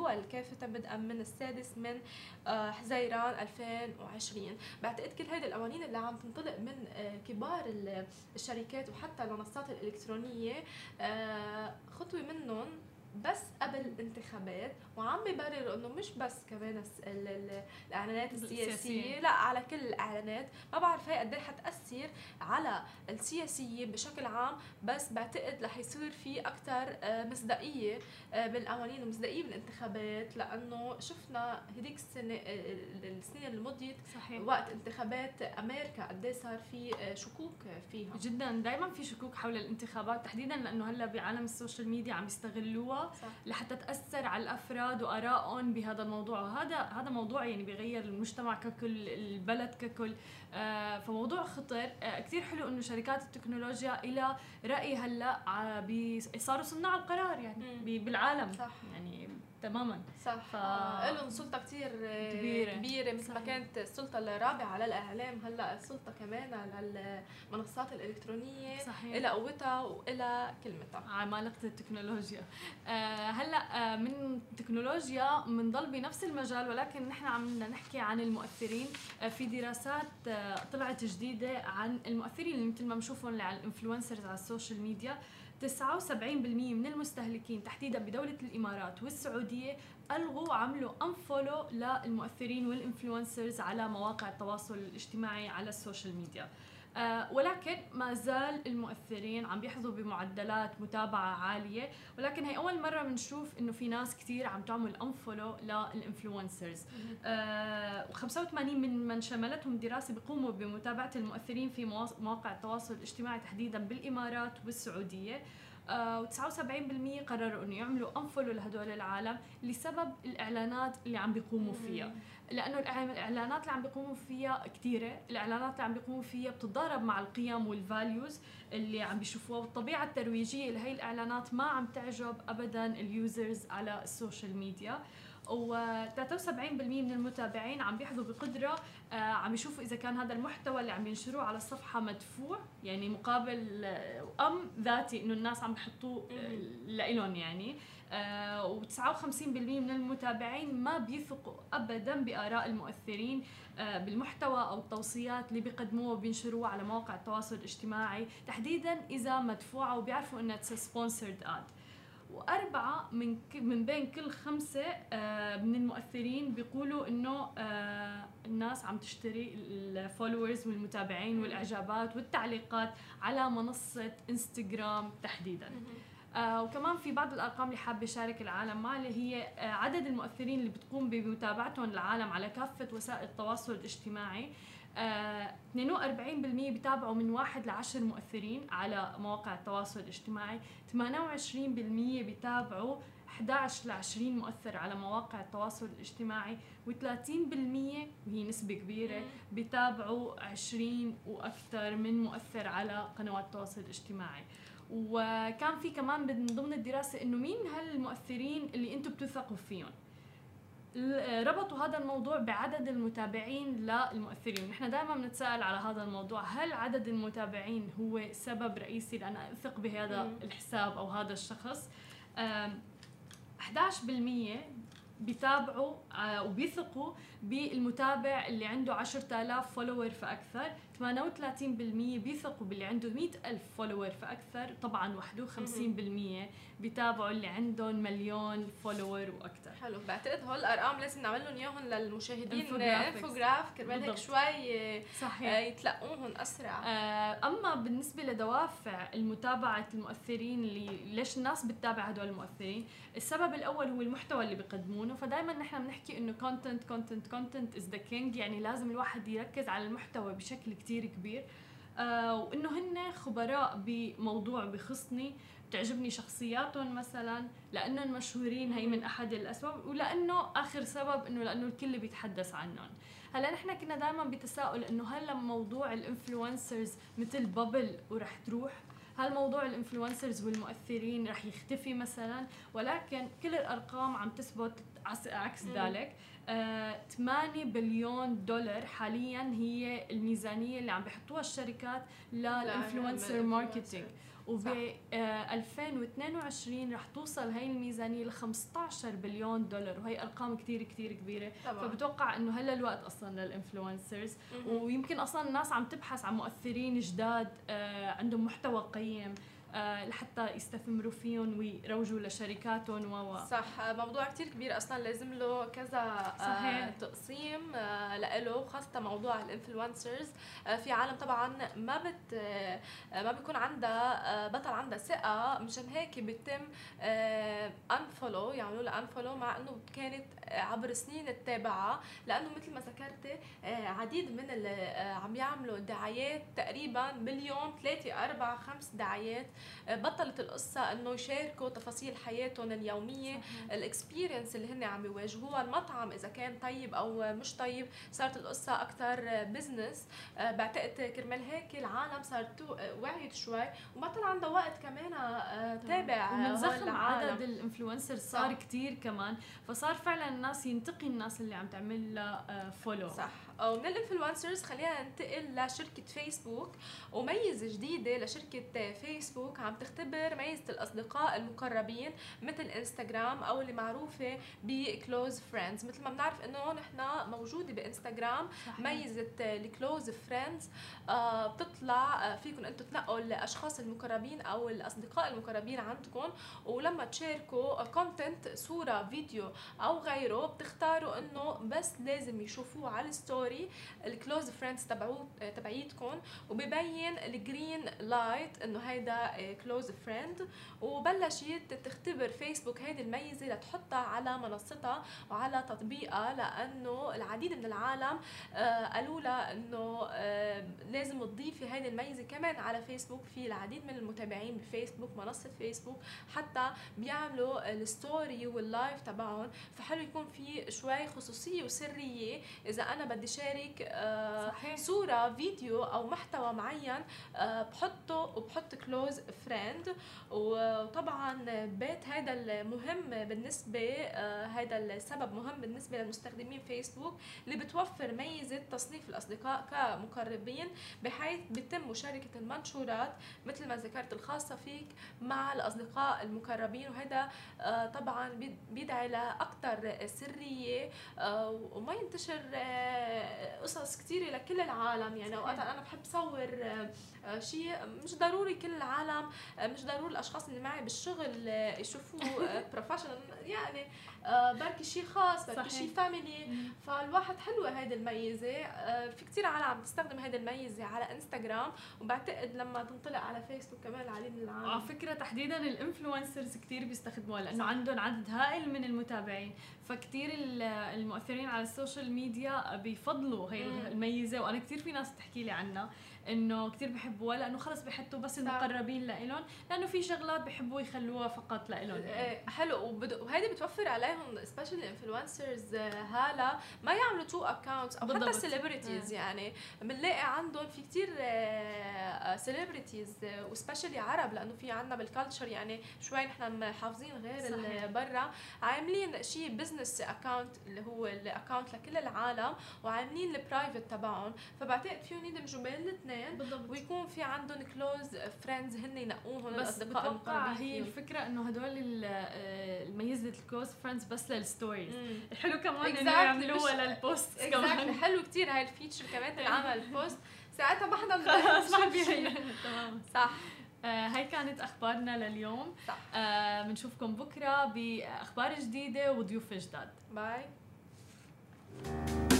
بالدول كافة بدءا من السادس من آه، حزيران ألفين وعشرين. بعتقد كل هيدي القوانين اللي عم تنطلق من آه، كبار الشركات وحتى المنصات الإلكترونية آه، خطوة منهم بس قبل الانتخابات، وعم بيبرروا انه مش بس كمان الس- ال- ال- الاعلانات السياسيه، السياسية. لا على كل الاعلانات. ما بعرف هي قد ايه حتاثر على السياسيين بشكل عام، بس بعتقد رح يصير في اكثر مصداقيه آه، بالقوانين ومصداقيه بالانتخابات، لانه شفنا هديك السنه آه، السنين اللي مضيت صحيح. وقت انتخابات امريكا قد ايه صار في آه، شكوك فيها. جدا دائما في شكوك حول الانتخابات، تحديدا لانه هلا بعالم السوشيال ميديا عم يستغلوها صح. لحتى تاثر على الافراد وارائهم بهذا الموضوع، وهذا هذا موضوع يعني بيغير المجتمع ككل، البلد ككل. آه فموضوع خطر. آه كثير حلو انه شركات التكنولوجيا إلى راي هلا ع- بي- صاروا صناع القرار يعني مم. بي- بالعالم صح. يعني تماما. صح. ف- آه، لهم سلطة كتير آه، كبيرة. كبيرة مثل ما صحيح. كانت السلطة الرابعة على الإعلام، هلا السلطة كمان على المنصات الإلكترونية صحيح. إلى قوتها وإلى كلمتها. عمالقة التكنولوجيا. آه هلا آه من التكنولوجيا بنضل بنفس المجال، ولكن نحن عم بدنا نحكي عن المؤثرين. آه في دراسات آه طلعت جديدة عن المؤثرين اللي مثل ما بنشوفهم اللي على الانفلونسرز على السوشيال ميديا. تسعة وسبعين بالمية من المستهلكين تحديدا بدولة الإمارات والسعودية ألغوا عملوا أنفولو للمؤثرين والإنفلونسرز على مواقع التواصل الاجتماعي على السوشيال ميديا. آه ولكن ما زال المؤثرين عم بيحظوا بمعدلات متابعة عالية، ولكن هي أول مرة بنشوف إنه في ناس كتير عم تعمل أنفولو للإنفلونسرز. آه وخمسة وثمانين من من شملتهم دراسة بيقوموا بمتابعة المؤثرين في مواص- مواقع التواصل الاجتماعي تحديدا بالإمارات والسعودية. آه وتسعة وسبعين بالمية قرروا إنه يعملوا أنفولو لهدول العالم لسبب الإعلانات اللي عم بيقوموا فيها، لانه الإعلان- الاعلانات اللي عم بيقوموا فيها كثيره، الاعلانات اللي عم بيقوموا فيها بتتضارب مع القيم والفاليوز اللي عم بيشوفوها، والطبيعه الترويجيه لهي الاعلانات ما عم تعجب ابدا اليوزرز على السوشيال ميديا. و73% من المتابعين عم بيحظوا بقدره آه عم يشوفوا اذا كان هذا المحتوى اللي عم ينشروه على الصفحه مدفوع يعني مقابل آه، ام ذاتي انه الناس عم بيحطوه آه لإلهم يعني. آه وتسعة وخمسين بالمية من المتابعين ما بيثقوا ابدا باراء المؤثرين آه بالمحتوى او التوصيات اللي بيقدموها وبينشروها على مواقع التواصل الاجتماعي، تحديدا اذا مدفوعه وبيعرفوا انها سبونسرد اد. وأربعة من ك- من بين كل خمسة آه من المؤثرين بيقولوا إنه آه الناس عم تشتري الفولورز والمتابعين والإعجابات والتعليقات على منصة إنستغرام تحديداً. آه وكمان في بعض الأرقام اللي حابة أشارك العالم معها اللي هي آه عدد المؤثرين اللي بتقوم بمتابعتهم العالم على كافة وسائل التواصل الاجتماعي. آه اثنين وأربعين بالمية بيتابعوا من واحد لعشر مؤثرين على مواقع التواصل الاجتماعي، ثمانية وعشرين بالمية بيتابعوا إحدى عشر لعشرين مؤثر على مواقع التواصل الاجتماعي، وثلاثين بالمية وهي نسبة كبيرة بيتابعوا عشرين وأكثر من مؤثر على قنوات التواصل الاجتماعي. وكان في كمان من ضمن الدراسة إنه مين هالمؤثرين اللي أنتم بتثقوا فيهم. ربطوا هذا الموضوع بعدد المتابعين للمؤثرين. نحن دائما بنتساءل على هذا الموضوع، هل عدد المتابعين هو سبب رئيسي لأنا أثق بهذا مم. الحساب أو هذا الشخص؟ آم، إحدى عشر بالمية بيتابعوا آه، وبيثقوا بالمتابع اللي عنده عشرة آلاف فولور فأكثر، ثمانية وثلاثين بالمية بيثقوا باللي عنده مئة ألف فولور فأكثر، طبعا واحد وخمسين بالمية بيتابعوا اللي عندهم مليون فولور وأكثر. حلو. بعتقد هول الارقام لازم نعمل لهم اياهم للمشاهدين Infographics. انفوجراف كرمال هيك بالضبط. شوي آه، صحيح. يتلقوهم اسرع. آه، اما بالنسبه لدوافع المتابعه المؤثرين اللي ليش الناس بتتابع هدول المؤثرين، السبب الاول هو المحتوى اللي بيقدمونه. فدائما نحن بنحكي انه content content content is the king، يعني لازم الواحد يركز على المحتوى بشكل كتير كبير. آه وانه هن خبراء بموضوع بخصني، بتعجبني شخصياتهم مثلا لانهم مشهورين، هي من احد الاسباب، ولانه اخر سبب انه لانه الكل بيتحدث عنهم. هلا نحن كنا دائما بتساؤل انه هل موضوع الانفلونسرز مثل بابل ورح تروح؟ هل موضوع الانفلونسرز والمؤثرين رح يختفي مثلا؟ ولكن كل الارقام عم تثبت عس- عكس ذلك. آه، ثمانية بليون دولار حاليا هي الميزانيه اللي عم بيحطوها الشركات للانفلونسر ماركتينج، وب ألفين واثنين وعشرين رح توصل هاي الميزانيه ل خمسة عشر بليون دولار، وهي ارقام كتير كتير كبيره. طبعا. فبتوقع انه هلا الوقت اصلا للانفلونسرز، ويمكن اصلا الناس عم تبحث عن مؤثرين جداد آه عندهم محتوى قيم آه لحتى يستثمروا فيهم ويروجوا لشركاتهم و صح. موضوع كتير كبير اصلا، لازم له كذا صحيح. آه تقسيم آه له، خاصه موضوع الانفلونسرز. آه في عالم طبعا ما بت آه ما بيكون عندها آه بطل عندها ثقه، مشان هيك بيتم آه انفولو، يعملوا لها انفولو، مع انه كانت عبر سنين تتابعها، لانه مثل ما ذكرتي آه عديد من اللي آه عم يعملوا دعايات تقريبا باليوم ثلاثة أربعة خمس دعايات. بطلت القصة انه يشاركوا تفاصيل حياتهم اليومية، الاكسبيرينس اللي هن عم يواجهوها، المطعم اذا كان طيب او مش طيب. صارت القصة اكثر بزنس. بعتقد كرمال هيك العالم صارت وعيت شوي، وما طلع عندها وقت كمان تابع. ومن زخم عدد الانفلونسر صار كتير كمان، فصار فعلا الناس ينتقي الناس اللي عم تعمل لها فولو. صح. ومن الانفلونسرز خلينا ننتقل لشركة فيسبوك، وميزة جديدة لشركة فيسبوك عم تختبر ميزة الأصدقاء المقربين مثل انستغرام، أو اللي معروفة بكلوز فريندز. مثل ما بنعرف إنه نحن موجودة بانستغرام ميزة الكلوز فريندز، آه بتطلع فيكم أنتم تنقوا الأشخاص المقربين أو الأصدقاء المقربين عندكم، ولما تشاركوا كونتنت صورة فيديو أو غيره بتختاروا إنه بس لازم يشوفوه على الستوري الكلوز فريندز تبعو تبعيتكم، وببين الجرين لايت انه هيدا كلوز فريند. وبلشت تختبر فيسبوك هيدي الميزه لتحطها على منصتها وعلى تطبيقها، لانه العديد من العالم آه قالوا لها انه آه لازم تضيفي هيدي الميزه كمان على فيسبوك. في العديد من المتابعين بفيسبوك، منصه فيسبوك حتى بيعملوا الستوري واللايف تبعهم، فحلو يكون في شوي خصوصيه وسريه اذا انا بدي شارك آه صورة فيديو أو محتوى معين آه بحطه وبحط كلوز فريند. وطبعا بيت هذا المهم بالنسبة آه هذا السبب مهم بالنسبة للمستخدمين فيسبوك، اللي بتوفر ميزة تصنيف الأصدقاء كمقربين، بحيث بيتم مشاركة المنشورات مثل ما ذكرت الخاصة فيك مع الأصدقاء المقربين، وهذا آه طبعا بيدعي لأكثر سرية آه وما ينتشر آه قصص كتيرة لكل العالم. يعني اوقات انا بحب صور شيء مش ضروري كل العالم، مش ضروري الاشخاص اللي معي بالشغل يشوفوه بروفيشنال، يعني بركي شيء خاص، بركي شيء فاميلي. فالواحد حلوه هيدي الميزه. في كتير عالم عم تستخدم هيدي الميزه على انستغرام، وبعتقد لما تنطلق على فيسبوك كمان العديد من العالم. على فكره تحديدا الانفلونسرز كتير بيستخدموها، لانه عندهم عدد هائل من المتابعين، فكتير المؤثرين على السوشيال ميديا بيفضلوا هي الميزه. وانا كتير في ناس تحكي لي عنها انه كتير بحبوها، لانه خلص بحطوا بس المقربين لإلهم، لانه في شغلات بحبوا يخلوها فقط لإلهم. حلو. وهيدي بتوفر عليهم سبيشال انفلونسرز هالا ما يعملوا تو اكونتس او حتى سيلبرتيز. يعني بنلاقي عندهم في كتير سيلبرتيز وسبيشالي عرب، لانه في عندنا بالكالتشر يعني شوي نحن حافظين غير اللي برا، عاملين شيء بزنس اكونت اللي هو الاكونت لكل العالم، وعاملين البرايفت تبعهم. فبعتقد فيهم يدمجوا بين الاثنين ويكون في عندهم كلوز فريندز هن ينقوهم الاصدقاء المقربين. هي الفكره انه هدول الميزه الكلوز فريندز بس للستوريز. الحلو كمان انه يعملوها للبوست كمان. حلو كتير هاي الفيتشر كمان تنعمل البوست، ساعتها ما حدا بسمع فيها. تمام صح. آه هاي كانت اخبارنا لليوم. صح. آه بنشوفكم بكره باخبار جديده وضيوف جداد. باي.